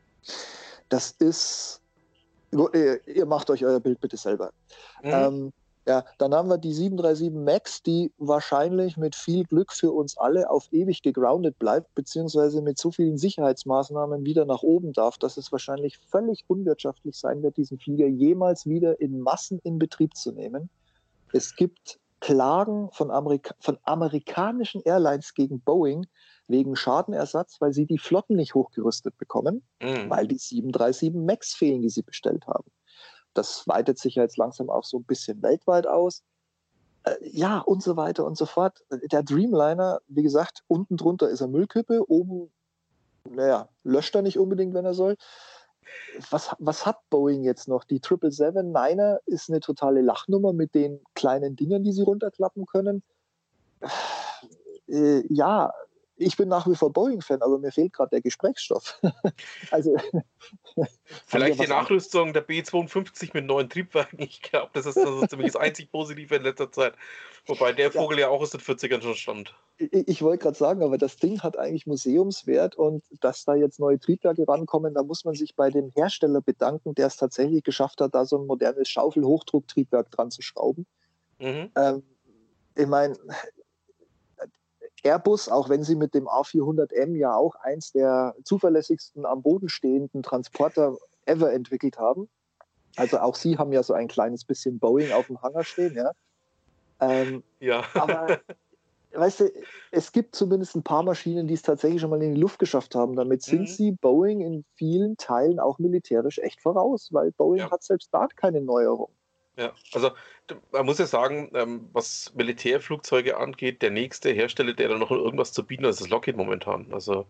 Das ist... Ihr macht euch euer Bild bitte selber. Mhm. Ähm, Ja, dann haben wir die sieben drei sieben MAX, die wahrscheinlich mit viel Glück für uns alle auf ewig gegroundet bleibt, beziehungsweise mit so vielen Sicherheitsmaßnahmen wieder nach oben darf, dass es wahrscheinlich völlig unwirtschaftlich sein wird, diesen Flieger jemals wieder in Massen in Betrieb zu nehmen. Es gibt Klagen von, Amerika- von amerikanischen Airlines gegen Boeing wegen Schadenersatz, weil sie die Flotten nicht hochgerüstet bekommen, mhm. weil die sieben drei sieben MAX fehlen, die sie bestellt haben. Das weitet sich ja jetzt langsam auch so ein bisschen weltweit aus. Äh, ja, und so weiter und so fort. Der Dreamliner, wie gesagt, unten drunter ist er Müllkippe, oben, naja, löscht er nicht unbedingt, wenn er soll. Was, was hat Boeing jetzt noch? Die sieben sieben sieben Niner ist eine totale Lachnummer mit den kleinen Dingern, die sie runterklappen können. Äh, ja, ich bin nach wie vor Boeing-Fan, aber mir fehlt gerade der Gesprächsstoff. also Vielleicht die Nachrüstung an? Der B zweiundfünfzig mit neuen Triebwerken. Ich glaube, das ist, das ist ziemlich das einzig Positive in letzter Zeit. Wobei der Vogel ja, ja auch aus den vierzigern schon stand. Ich, ich wollte gerade sagen, aber das Ding hat eigentlich Museumswert und dass da jetzt neue Triebwerke rankommen, da muss man sich bei dem Hersteller bedanken, der es tatsächlich geschafft hat, da so ein modernes Schaufel-Hochdrucktriebwerk dran zu schrauben. Mhm. Ähm, ich meine, Airbus, auch wenn sie mit dem A vierhundert M ja auch eins der zuverlässigsten am Boden stehenden Transporter ever entwickelt haben. Also auch sie haben ja so ein kleines bisschen Boeing auf dem Hangar stehen, ja. Ähm, ja. Aber weißt du, es gibt zumindest ein paar Maschinen, die es tatsächlich schon mal in die Luft geschafft haben. Damit sind mhm. sie Boeing in vielen Teilen auch militärisch echt voraus, weil Boeing ja. hat selbst da keine Neuerung. Ja, also man muss ja sagen, ähm, was Militärflugzeuge angeht, der nächste Hersteller, der da noch irgendwas zu bieten hat, ist Lockheed momentan. Also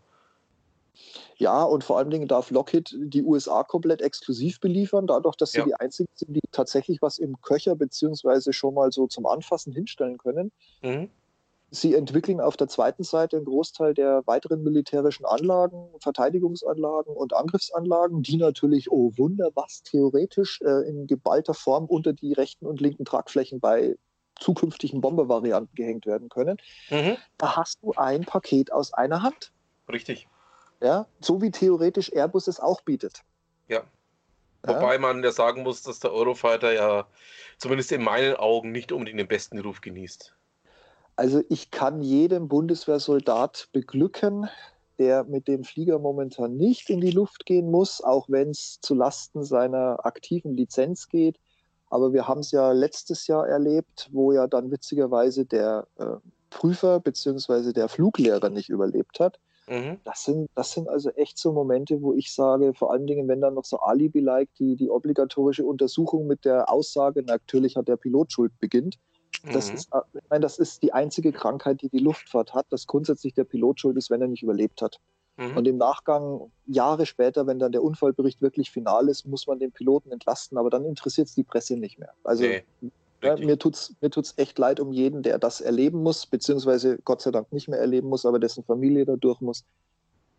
ja, und vor allen Dingen darf Lockheed die U S A komplett exklusiv beliefern, dadurch, dass sie ja. die einzigen sind, die tatsächlich was im Köcher beziehungsweise schon mal so zum Anfassen hinstellen können. Mhm. Sie entwickeln auf der zweiten Seite einen Großteil der weiteren militärischen Anlagen, Verteidigungsanlagen und Angriffsanlagen, die natürlich, oh Wunder, was theoretisch äh, in geballter Form unter die rechten und linken Tragflächen bei zukünftigen Bombervarianten gehängt werden können. Mhm. Da hast du ein Paket aus einer Hand. Richtig. Ja, so wie theoretisch Airbus es auch bietet. Ja. Wobei ja. man ja sagen muss, dass der Eurofighter ja zumindest in meinen Augen nicht unbedingt den besten Ruf genießt. Also ich kann jeden Bundeswehrsoldat beglücken, der mit dem Flieger momentan nicht in die Luft gehen muss, auch wenn es zulasten seiner aktiven Lizenz geht. Aber wir haben es ja letztes Jahr erlebt, wo ja dann witzigerweise der äh, Prüfer bzw. der Fluglehrer nicht überlebt hat. Mhm. Das sind, das sind also echt so Momente, wo ich sage, vor allen Dingen, wenn dann noch so Alibi-like die, die obligatorische Untersuchung mit der Aussage, natürlich hat der Pilot Schuld, beginnt. Das, mhm. ist, ich meine, das ist die einzige Krankheit, die die Luftfahrt hat, dass grundsätzlich der Pilot schuld ist, wenn er nicht überlebt hat. Mhm. Und im Nachgang, Jahre später, wenn dann der Unfallbericht wirklich final ist, muss man den Piloten entlasten, aber dann interessiert es die Presse nicht mehr. Also nee, ja, mir tut es mir tut's echt leid um jeden, der das erleben muss, beziehungsweise Gott sei Dank nicht mehr erleben muss, aber dessen Familie da durch muss.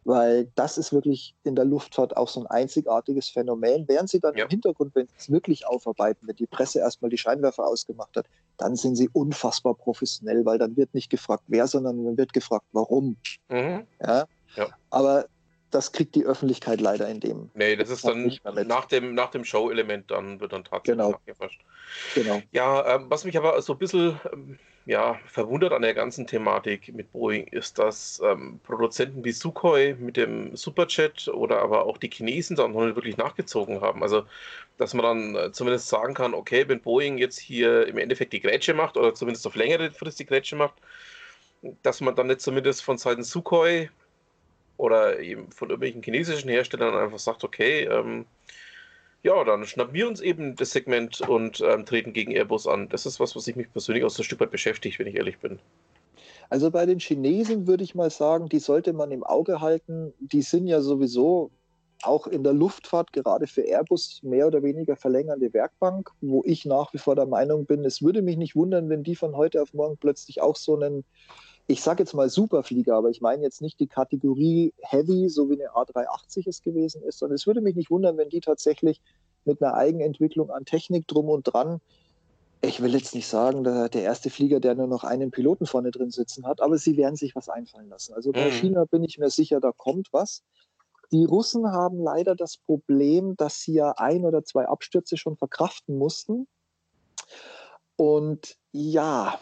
Weil das ist wirklich in der Luftfahrt auch so ein einzigartiges Phänomen. Während sie dann Ja. im Hintergrund, wenn sie es wirklich aufarbeiten, wenn die Presse erstmal die Scheinwerfer ausgemacht hat, dann sind sie unfassbar professionell, weil dann wird nicht gefragt, wer, sondern dann wird gefragt, warum. Mhm. Ja? Ja. Aber das kriegt die Öffentlichkeit leider in dem. Nee, das ist Hat dann nicht mehr mit. nach dem, nach dem Show-Element, dann wird dann tatsächlich Genau. nachgefasst. Genau. Ja, ähm, was mich aber so ein bisschen ähm, ja, verwundert an der ganzen Thematik mit Boeing ist, dass ähm, Produzenten wie Sukhoi mit dem Superjet oder aber auch die Chinesen dann noch nicht wirklich nachgezogen haben. Also, dass man dann äh, zumindest sagen kann, okay, wenn Boeing jetzt hier im Endeffekt die Grätsche macht oder zumindest auf längere Frist die Grätsche macht, dass man dann nicht zumindest von Seiten Sukhoi oder eben von irgendwelchen chinesischen Herstellern einfach sagt, okay, ähm, ja, dann schnappen wir uns eben das Segment und ähm, treten gegen Airbus an. Das ist was, was ich mich persönlich auch so ein Stück weit beschäftigt, wenn ich ehrlich bin. Also bei den Chinesen würde ich mal sagen, die sollte man im Auge halten. Die sind ja sowieso auch in der Luftfahrt, gerade für Airbus, mehr oder weniger verlängernde Werkbank, wo ich nach wie vor der Meinung bin, es würde mich nicht wundern, wenn die von heute auf morgen plötzlich auch so einen, ich sage jetzt mal Superflieger, aber ich meine jetzt nicht die Kategorie Heavy, so wie eine A drei achtzig es gewesen ist, sondern es würde mich nicht wundern, wenn die tatsächlich mit einer Eigenentwicklung an Technik drum und dran, ich will jetzt nicht sagen, der, der erste Flieger, der nur noch einen Piloten vorne drin sitzen hat, aber sie werden sich was einfallen lassen. Also bei Mhm. China bin ich mir sicher, da kommt was. Die Russen haben leider das Problem, dass sie ja ein oder zwei Abstürze schon verkraften mussten. Und ja,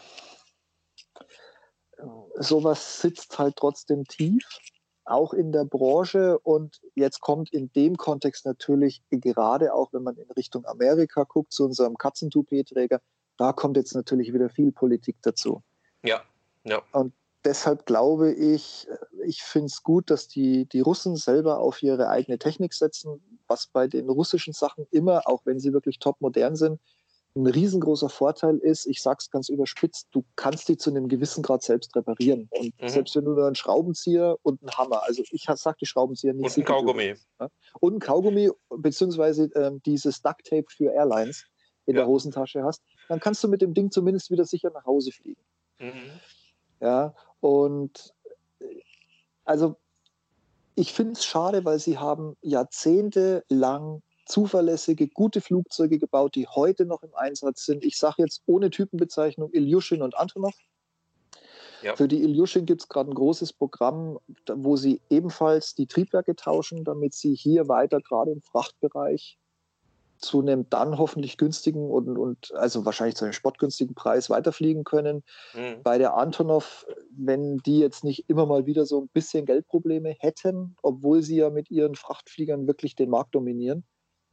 sowas sitzt halt trotzdem tief, auch in der Branche. Und jetzt kommt in dem Kontext natürlich, gerade auch wenn man in Richtung Amerika guckt, zu unserem Katzentoupet-Träger, da kommt jetzt natürlich wieder viel Politik dazu. Ja, ja. Und deshalb glaube ich, ich finde es gut, dass die, die Russen selber auf ihre eigene Technik setzen, was bei den russischen Sachen immer, auch wenn sie wirklich top modern sind, ein riesengroßer Vorteil ist, ich sage es ganz überspitzt, du kannst die zu einem gewissen Grad selbst reparieren. Und Mhm. selbst wenn du nur einen Schraubenzieher und einen Hammer, also ich sage die Schraubenzieher nicht. Und ein Kaugummi. Ja? Und ein Kaugummi, beziehungsweise ähm, dieses Duct Tape für Airlines in Ja. der Hosentasche hast, dann kannst du mit dem Ding zumindest wieder sicher nach Hause fliegen. Mhm. Ja, und also ich finde es schade, weil sie haben jahrzehntelang zuverlässige, gute Flugzeuge gebaut, die heute noch im Einsatz sind. Ich sage jetzt ohne Typenbezeichnung Ilyushin und Antonov. Ja. Für die Ilyushin gibt es gerade ein großes Programm, wo sie ebenfalls die Triebwerke tauschen, damit sie hier weiter gerade im Frachtbereich zu einem dann hoffentlich günstigen und, und also wahrscheinlich zu einem spottgünstigen Preis weiterfliegen können. Mhm. Bei der Antonov, wenn die jetzt nicht immer mal wieder so ein bisschen Geldprobleme hätten, obwohl sie ja mit ihren Frachtfliegern wirklich den Markt dominieren.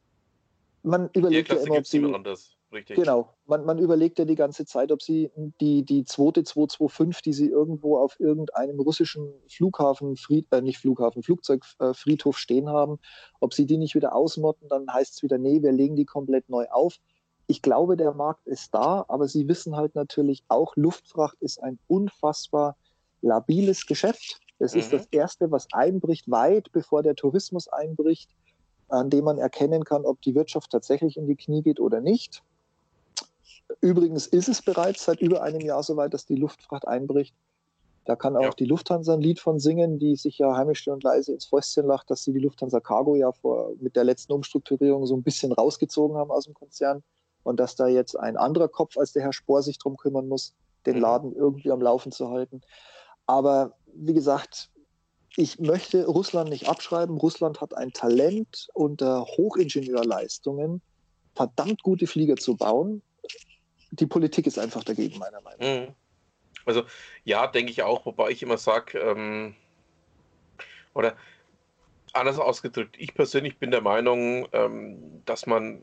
Man überlegt ja immer, ob sie... Anders. Richtig. Genau, man, man überlegt ja die ganze Zeit, ob sie die, die zweite zweihundertfünfundzwanzig, die sie irgendwo auf irgendeinem russischen Flughafen, Fried, äh, nicht Flughafen, Flugzeugfriedhof stehen haben, ob sie die nicht wieder ausmotten, dann heißt es wieder, nee, wir legen die komplett neu auf. Ich glaube, der Markt ist da, aber sie wissen halt natürlich auch, Luftfracht ist ein unfassbar labiles Geschäft. Es Mhm. ist das Erste, was einbricht, weit bevor der Tourismus einbricht, an dem man erkennen kann, ob die Wirtschaft tatsächlich in die Knie geht oder nicht. Übrigens ist es bereits seit über einem Jahr so weit, dass die Luftfracht einbricht. Da kann auch Ja. die Lufthansa ein Lied von singen, die sich ja heimisch und leise ins Fäustchen lacht, dass sie die Lufthansa Cargo ja vor, mit der letzten Umstrukturierung so ein bisschen rausgezogen haben aus dem Konzern und dass da jetzt ein anderer Kopf als der Herr Spohr sich drum kümmern muss, den Mhm. Laden irgendwie am Laufen zu halten. Aber wie gesagt, ich möchte Russland nicht abschreiben. Russland hat ein Talent unter Hochingenieurleistungen, verdammt gute Flieger zu bauen. Die Politik ist einfach dagegen, meiner Meinung nach. Mhm. Also, ja, denke ich auch, wobei ich immer sage, ähm, oder anders ausgedrückt, ich persönlich bin der Meinung, ähm, dass man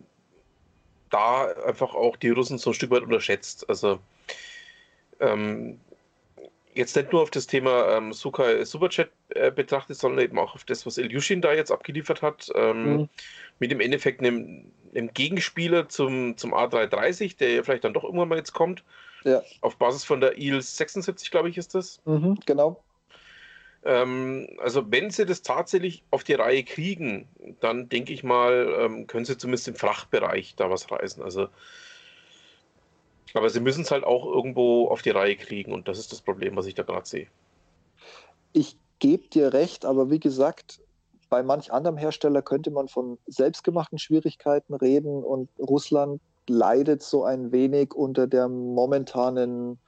da einfach auch die Russen so ein Stück weit unterschätzt. Also, ähm, jetzt nicht nur auf das Thema ähm, Sukhoi Superjet äh, betrachtet, sondern eben auch auf das, was Ilyushin da jetzt abgeliefert hat, ähm, Mhm. mit dem Endeffekt einem, einem Gegenspieler zum, zum A drei dreißig, der ja vielleicht dann doch irgendwann mal jetzt kommt, Ja, auf Basis von der I L sechsundsiebzig, glaube ich, ist das. mhm, genau. Ähm, also wenn sie das tatsächlich auf die Reihe kriegen, dann denke ich mal, ähm, können sie zumindest im Frachtbereich da was reißen. Also, aber sie müssen es halt auch irgendwo auf die Reihe kriegen und das ist das Problem, was ich da gerade sehe. Ich gebe dir recht, aber wie gesagt, bei manch anderem Hersteller könnte man von selbstgemachten Schwierigkeiten reden und Russland leidet so ein wenig unter der momentanen,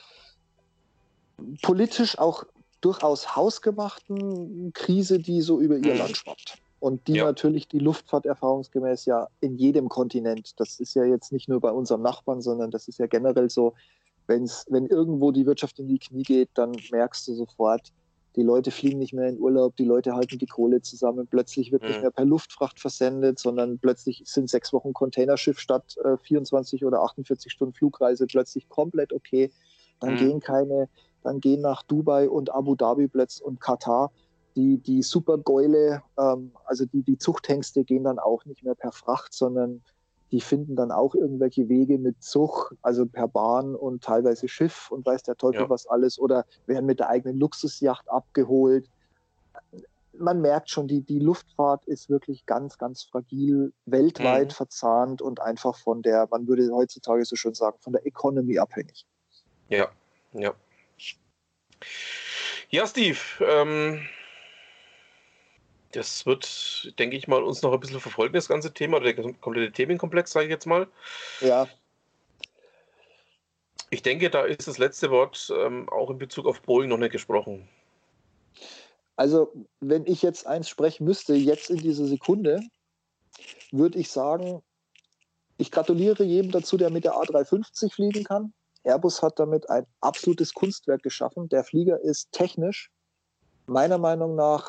politisch auch durchaus hausgemachten Krise, die so über ihr Mhm. Land schwappt. Und die Ja. natürlich die Luftfahrt erfahrungsgemäß ja in jedem Kontinent, das ist ja jetzt nicht nur bei unserem Nachbarn, sondern das ist ja generell so, wenn's, wenn irgendwo die Wirtschaft in die Knie geht, dann merkst du sofort, die Leute fliegen nicht mehr in Urlaub, die Leute halten die Kohle zusammen, plötzlich wird Mhm. nicht mehr per Luftfracht versendet, sondern plötzlich sind sechs Wochen Containerschiff statt äh, vierundzwanzig oder achtundvierzig Stunden Flugreise plötzlich komplett okay. Dann Mhm. gehen keine, dann gehen nach Dubai und Abu Dhabi plötzlich und Katar die, die Supergäule, ähm, also die, die Zuchthengste gehen dann auch nicht mehr per Fracht, sondern die finden dann auch irgendwelche Wege mit Zug, also per Bahn und teilweise Schiff und weiß der Teufel Ja. was alles, oder werden mit der eigenen Luxusjacht abgeholt. Man merkt schon, die, die Luftfahrt ist wirklich ganz, ganz fragil, weltweit Mhm. verzahnt und einfach von der, man würde heutzutage so schön sagen, von der Economy abhängig. Ja, ja. Ja, Steve, ähm, das wird, denke ich mal, uns noch ein bisschen verfolgen, das ganze Thema, oder der komplette Themenkomplex, sage ich jetzt mal. Ja, Ich denke, da ist das letzte Wort ähm, auch in Bezug auf Boeing noch nicht gesprochen. also wenn ich jetzt eins sprechen müsste, jetzt in dieser Sekunde, würde ich sagen, ich gratuliere jedem dazu, der mit der A drei fünfzig fliegen kann. Airbus hat damit ein absolutes Kunstwerk geschaffen. Der Flieger ist technisch meiner Meinung nach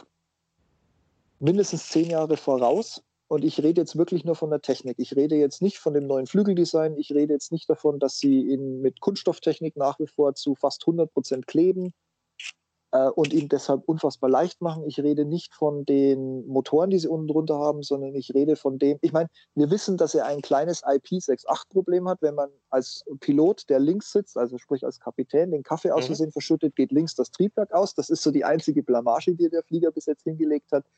mindestens zehn Jahre voraus. Und ich rede jetzt wirklich nur von der Technik. Ich rede jetzt nicht von dem neuen Flügeldesign. Ich rede jetzt nicht davon, dass sie ihn mit Kunststofftechnik nach wie vor zu fast hundert Prozent kleben äh, und ihn deshalb unfassbar leicht machen. Ich rede nicht von den Motoren, die sie unten drunter haben, sondern ich rede von dem, ich meine, wir wissen, dass er ein kleines I P sechs Punkt acht Problem hat. Wenn man als Pilot, der links sitzt, also sprich als Kapitän, den Kaffee aus Mhm. Versehen verschüttet, geht links das Triebwerk aus. Das ist so die einzige Blamage, die der Flieger bis jetzt hingelegt hat.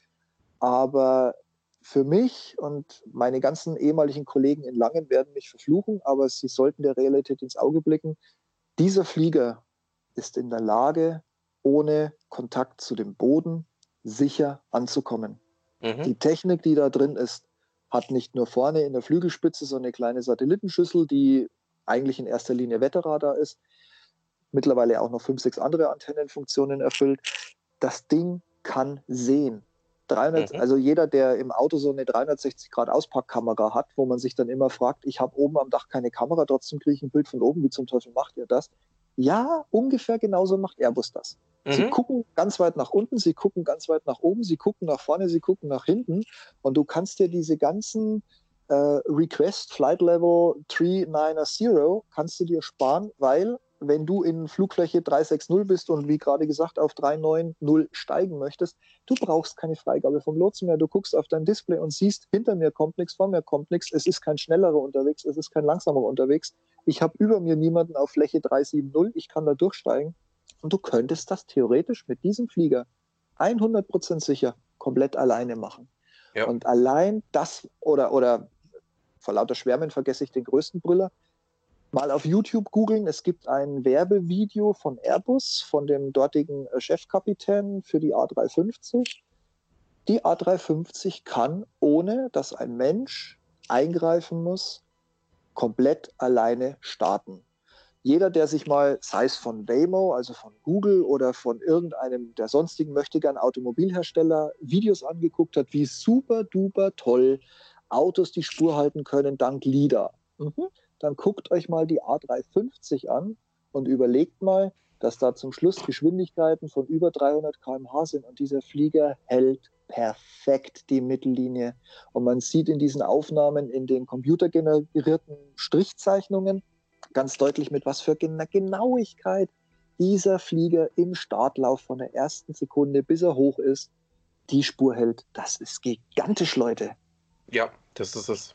Aber für mich und meine ganzen ehemaligen Kollegen in Langen werden mich verfluchen, aber sie sollten der Realität ins Auge blicken. Dieser Flieger ist in der Lage, ohne Kontakt zu dem Boden sicher anzukommen. Mhm. Die Technik, die da drin ist, hat nicht nur vorne in der Flügelspitze so eine kleine Satellitenschüssel, die eigentlich in erster Linie Wetterradar ist, mittlerweile auch noch fünf, sechs andere Antennenfunktionen erfüllt. Das Ding kann sehen. dreihundert, Mhm. also jeder, der im Auto so eine dreihundertsechzig Grad Auspackkamera hat, wo man sich dann immer fragt, ich habe oben am Dach keine Kamera, trotzdem kriege ich ein Bild von oben, wie zum Teufel macht ihr das? Ja, ungefähr genauso macht Airbus das. Sie Mhm. gucken ganz weit nach unten, sie gucken ganz weit nach oben, sie gucken nach vorne, sie gucken nach hinten und du kannst dir diese ganzen äh, Request Flight Level drei neunzig kannst du dir sparen, weil wenn du in Flugfläche drei sechzig bist und wie gerade gesagt auf drei neunzig steigen möchtest, du brauchst keine Freigabe vom Lotsen mehr. Du guckst auf dein Display und siehst, hinter mir kommt nichts, vor mir kommt nichts. Es ist kein schnellerer unterwegs, es ist kein langsamerer unterwegs. Ich habe über mir niemanden auf Fläche drei siebzig. Ich kann da durchsteigen. Und du könntest das theoretisch mit diesem Flieger hundert Prozent sicher komplett alleine machen. Ja. Und allein das, oder, oder vor lauter Schwärmen vergesse ich den größten Brüller, mal auf YouTube googeln. Es gibt ein Werbevideo von Airbus, von dem dortigen Chefkapitän für die A drei fünfzig. Die A drei fünfzig kann, ohne dass ein Mensch eingreifen muss, komplett alleine starten. Jeder, der sich mal, sei es von Waymo, also von Google oder von irgendeinem der sonstigen möchtegern Automobilhersteller, Videos angeguckt hat, wie super duper toll Autos die Spur halten können dank LiDAR. Mhm. Dann guckt euch mal die A drei fünfzig an und überlegt mal, dass da zum Schluss Geschwindigkeiten von über dreihundert Kilometer pro Stunde sind und dieser Flieger hält perfekt die Mittellinie. Und man sieht in diesen Aufnahmen, in den computergenerierten Strichzeichnungen, ganz deutlich, mit was für Genauigkeit dieser Flieger im Startlauf von der ersten Sekunde, bis er hoch ist, die Spur hält. Das ist gigantisch, Leute. Ja, das ist es.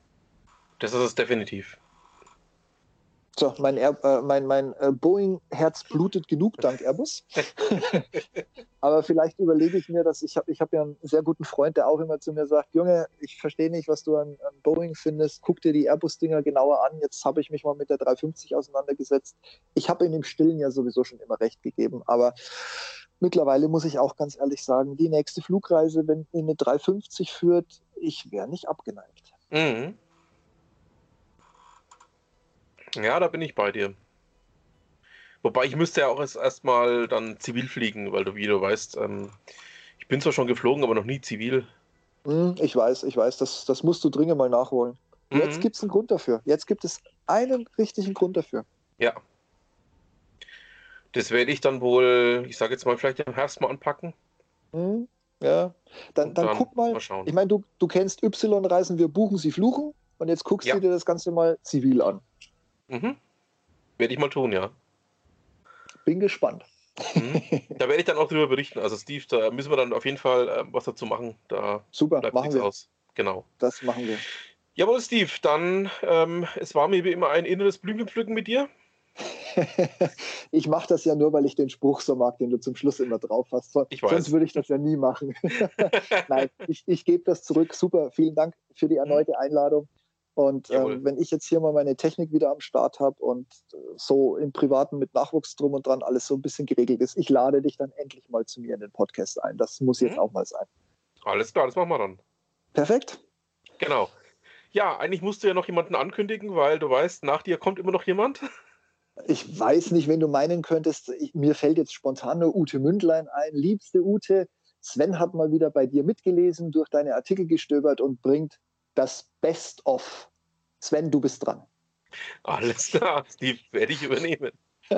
Das ist es definitiv. So, mein, Air, äh, mein, mein äh, Boeing-Herz blutet genug dank Airbus. Aber vielleicht überlege ich mir, dass ich habe ich hab ja einen sehr guten Freund, der auch immer zu mir sagt, Junge, ich verstehe nicht, was du an, an Boeing findest. Guck dir die Airbus-Dinger genauer an. Jetzt habe ich mich mal mit der drei fünfzig auseinandergesetzt. Ich habe in dem Stillen ja sowieso schon immer recht gegeben. Aber mittlerweile muss ich auch ganz ehrlich sagen, die nächste Flugreise, wenn in eine dreihundertfünfzig führt, ich wäre nicht abgeneigt. Mhm. Ja, da bin ich bei dir. Wobei ich müsste ja auch erst erstmal dann zivil fliegen, weil du, wie du weißt, ähm, ich bin zwar schon geflogen, aber noch nie zivil. Hm, ich weiß, ich weiß, das, das musst du dringend mal nachholen. Jetzt Mhm. gibt es einen Grund dafür. Jetzt gibt es einen richtigen Grund dafür. Ja. Das werde ich dann wohl, ich sage jetzt mal, vielleicht im Herbst mal anpacken. Hm, ja, dann, Und dann dann guck mal. mal schauen. Ich meine, du, du kennst Y-Reisen, wir buchen sie fluchen. Und jetzt guckst Ja. du dir das Ganze mal zivil an. Mhm. Werde ich mal tun, ja. Bin gespannt. Mhm. Da werde ich dann auch drüber berichten. Also Steve, da müssen wir dann auf jeden Fall äh, was dazu machen. Da Super, bleibt machen nichts wir. aus. Genau. Das machen wir. Jawohl, Steve, dann, ähm, es war mir wie immer ein inneres Blümchenpflücken mit dir. Ich mache das ja nur, weil ich den Spruch so mag, den du zum Schluss immer drauf hast. So, Ich weiß. Sonst würde ich das ja nie machen. Nein, ich, ich gebe das zurück. Super, vielen Dank für die erneute Einladung. Und ähm, wenn ich jetzt hier mal meine Technik wieder am Start habe und äh, so im Privaten mit Nachwuchs drum und dran alles so ein bisschen geregelt ist, ich lade dich dann endlich mal zu mir in den Podcast ein. Das muss jetzt Mhm. auch mal sein. Alles klar, das machen wir dann. Perfekt. Genau. Ja, eigentlich musst du ja noch jemanden ankündigen, weil du weißt, nach dir kommt immer noch jemand. Ich weiß nicht, wen du meinen könntest. Ich, mir fällt jetzt spontan nur Ute Mündlein ein. Liebste Ute, Sven hat mal wieder bei dir mitgelesen, durch deine Artikel gestöbert und bringt das Best-of. Sven, du bist dran. Alles klar, Steve, werde ich übernehmen.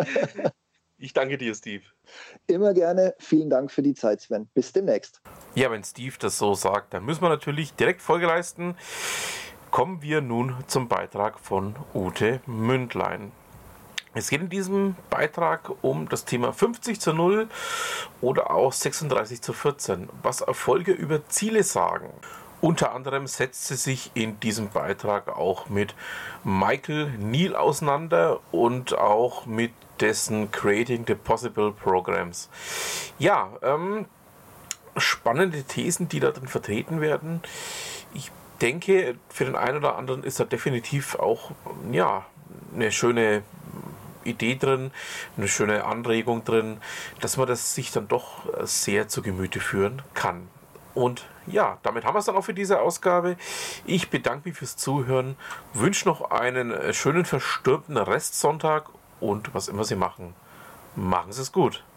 Ich danke dir, Steve. Immer gerne. Vielen Dank für die Zeit, Sven. Bis demnächst. Ja, wenn Steve das so sagt, dann müssen wir natürlich direkt Folge leisten. Kommen wir nun zum Beitrag von Ute Mündlein. Es geht in diesem Beitrag um das Thema fünfzig zu null oder auch sechsunddreißig zu vierzehn, was Erfolge über Ziele sagen. Unter anderem setzt sie sich in diesem Beitrag auch mit Michael Neal auseinander und auch mit dessen Creating the Possible Programs. Ja, ähm, spannende Thesen, die da drin vertreten werden. Ich denke, für den einen oder anderen ist da definitiv auch ja, eine schöne Idee drin, eine schöne Anregung drin, dass man das sich dann doch sehr zu Gemüte führen kann. Und ja, damit haben wir es dann auch für diese Ausgabe. Ich bedanke mich fürs Zuhören, wünsche noch einen schönen verstürmten Restsonntag und was immer Sie machen, machen Sie es gut.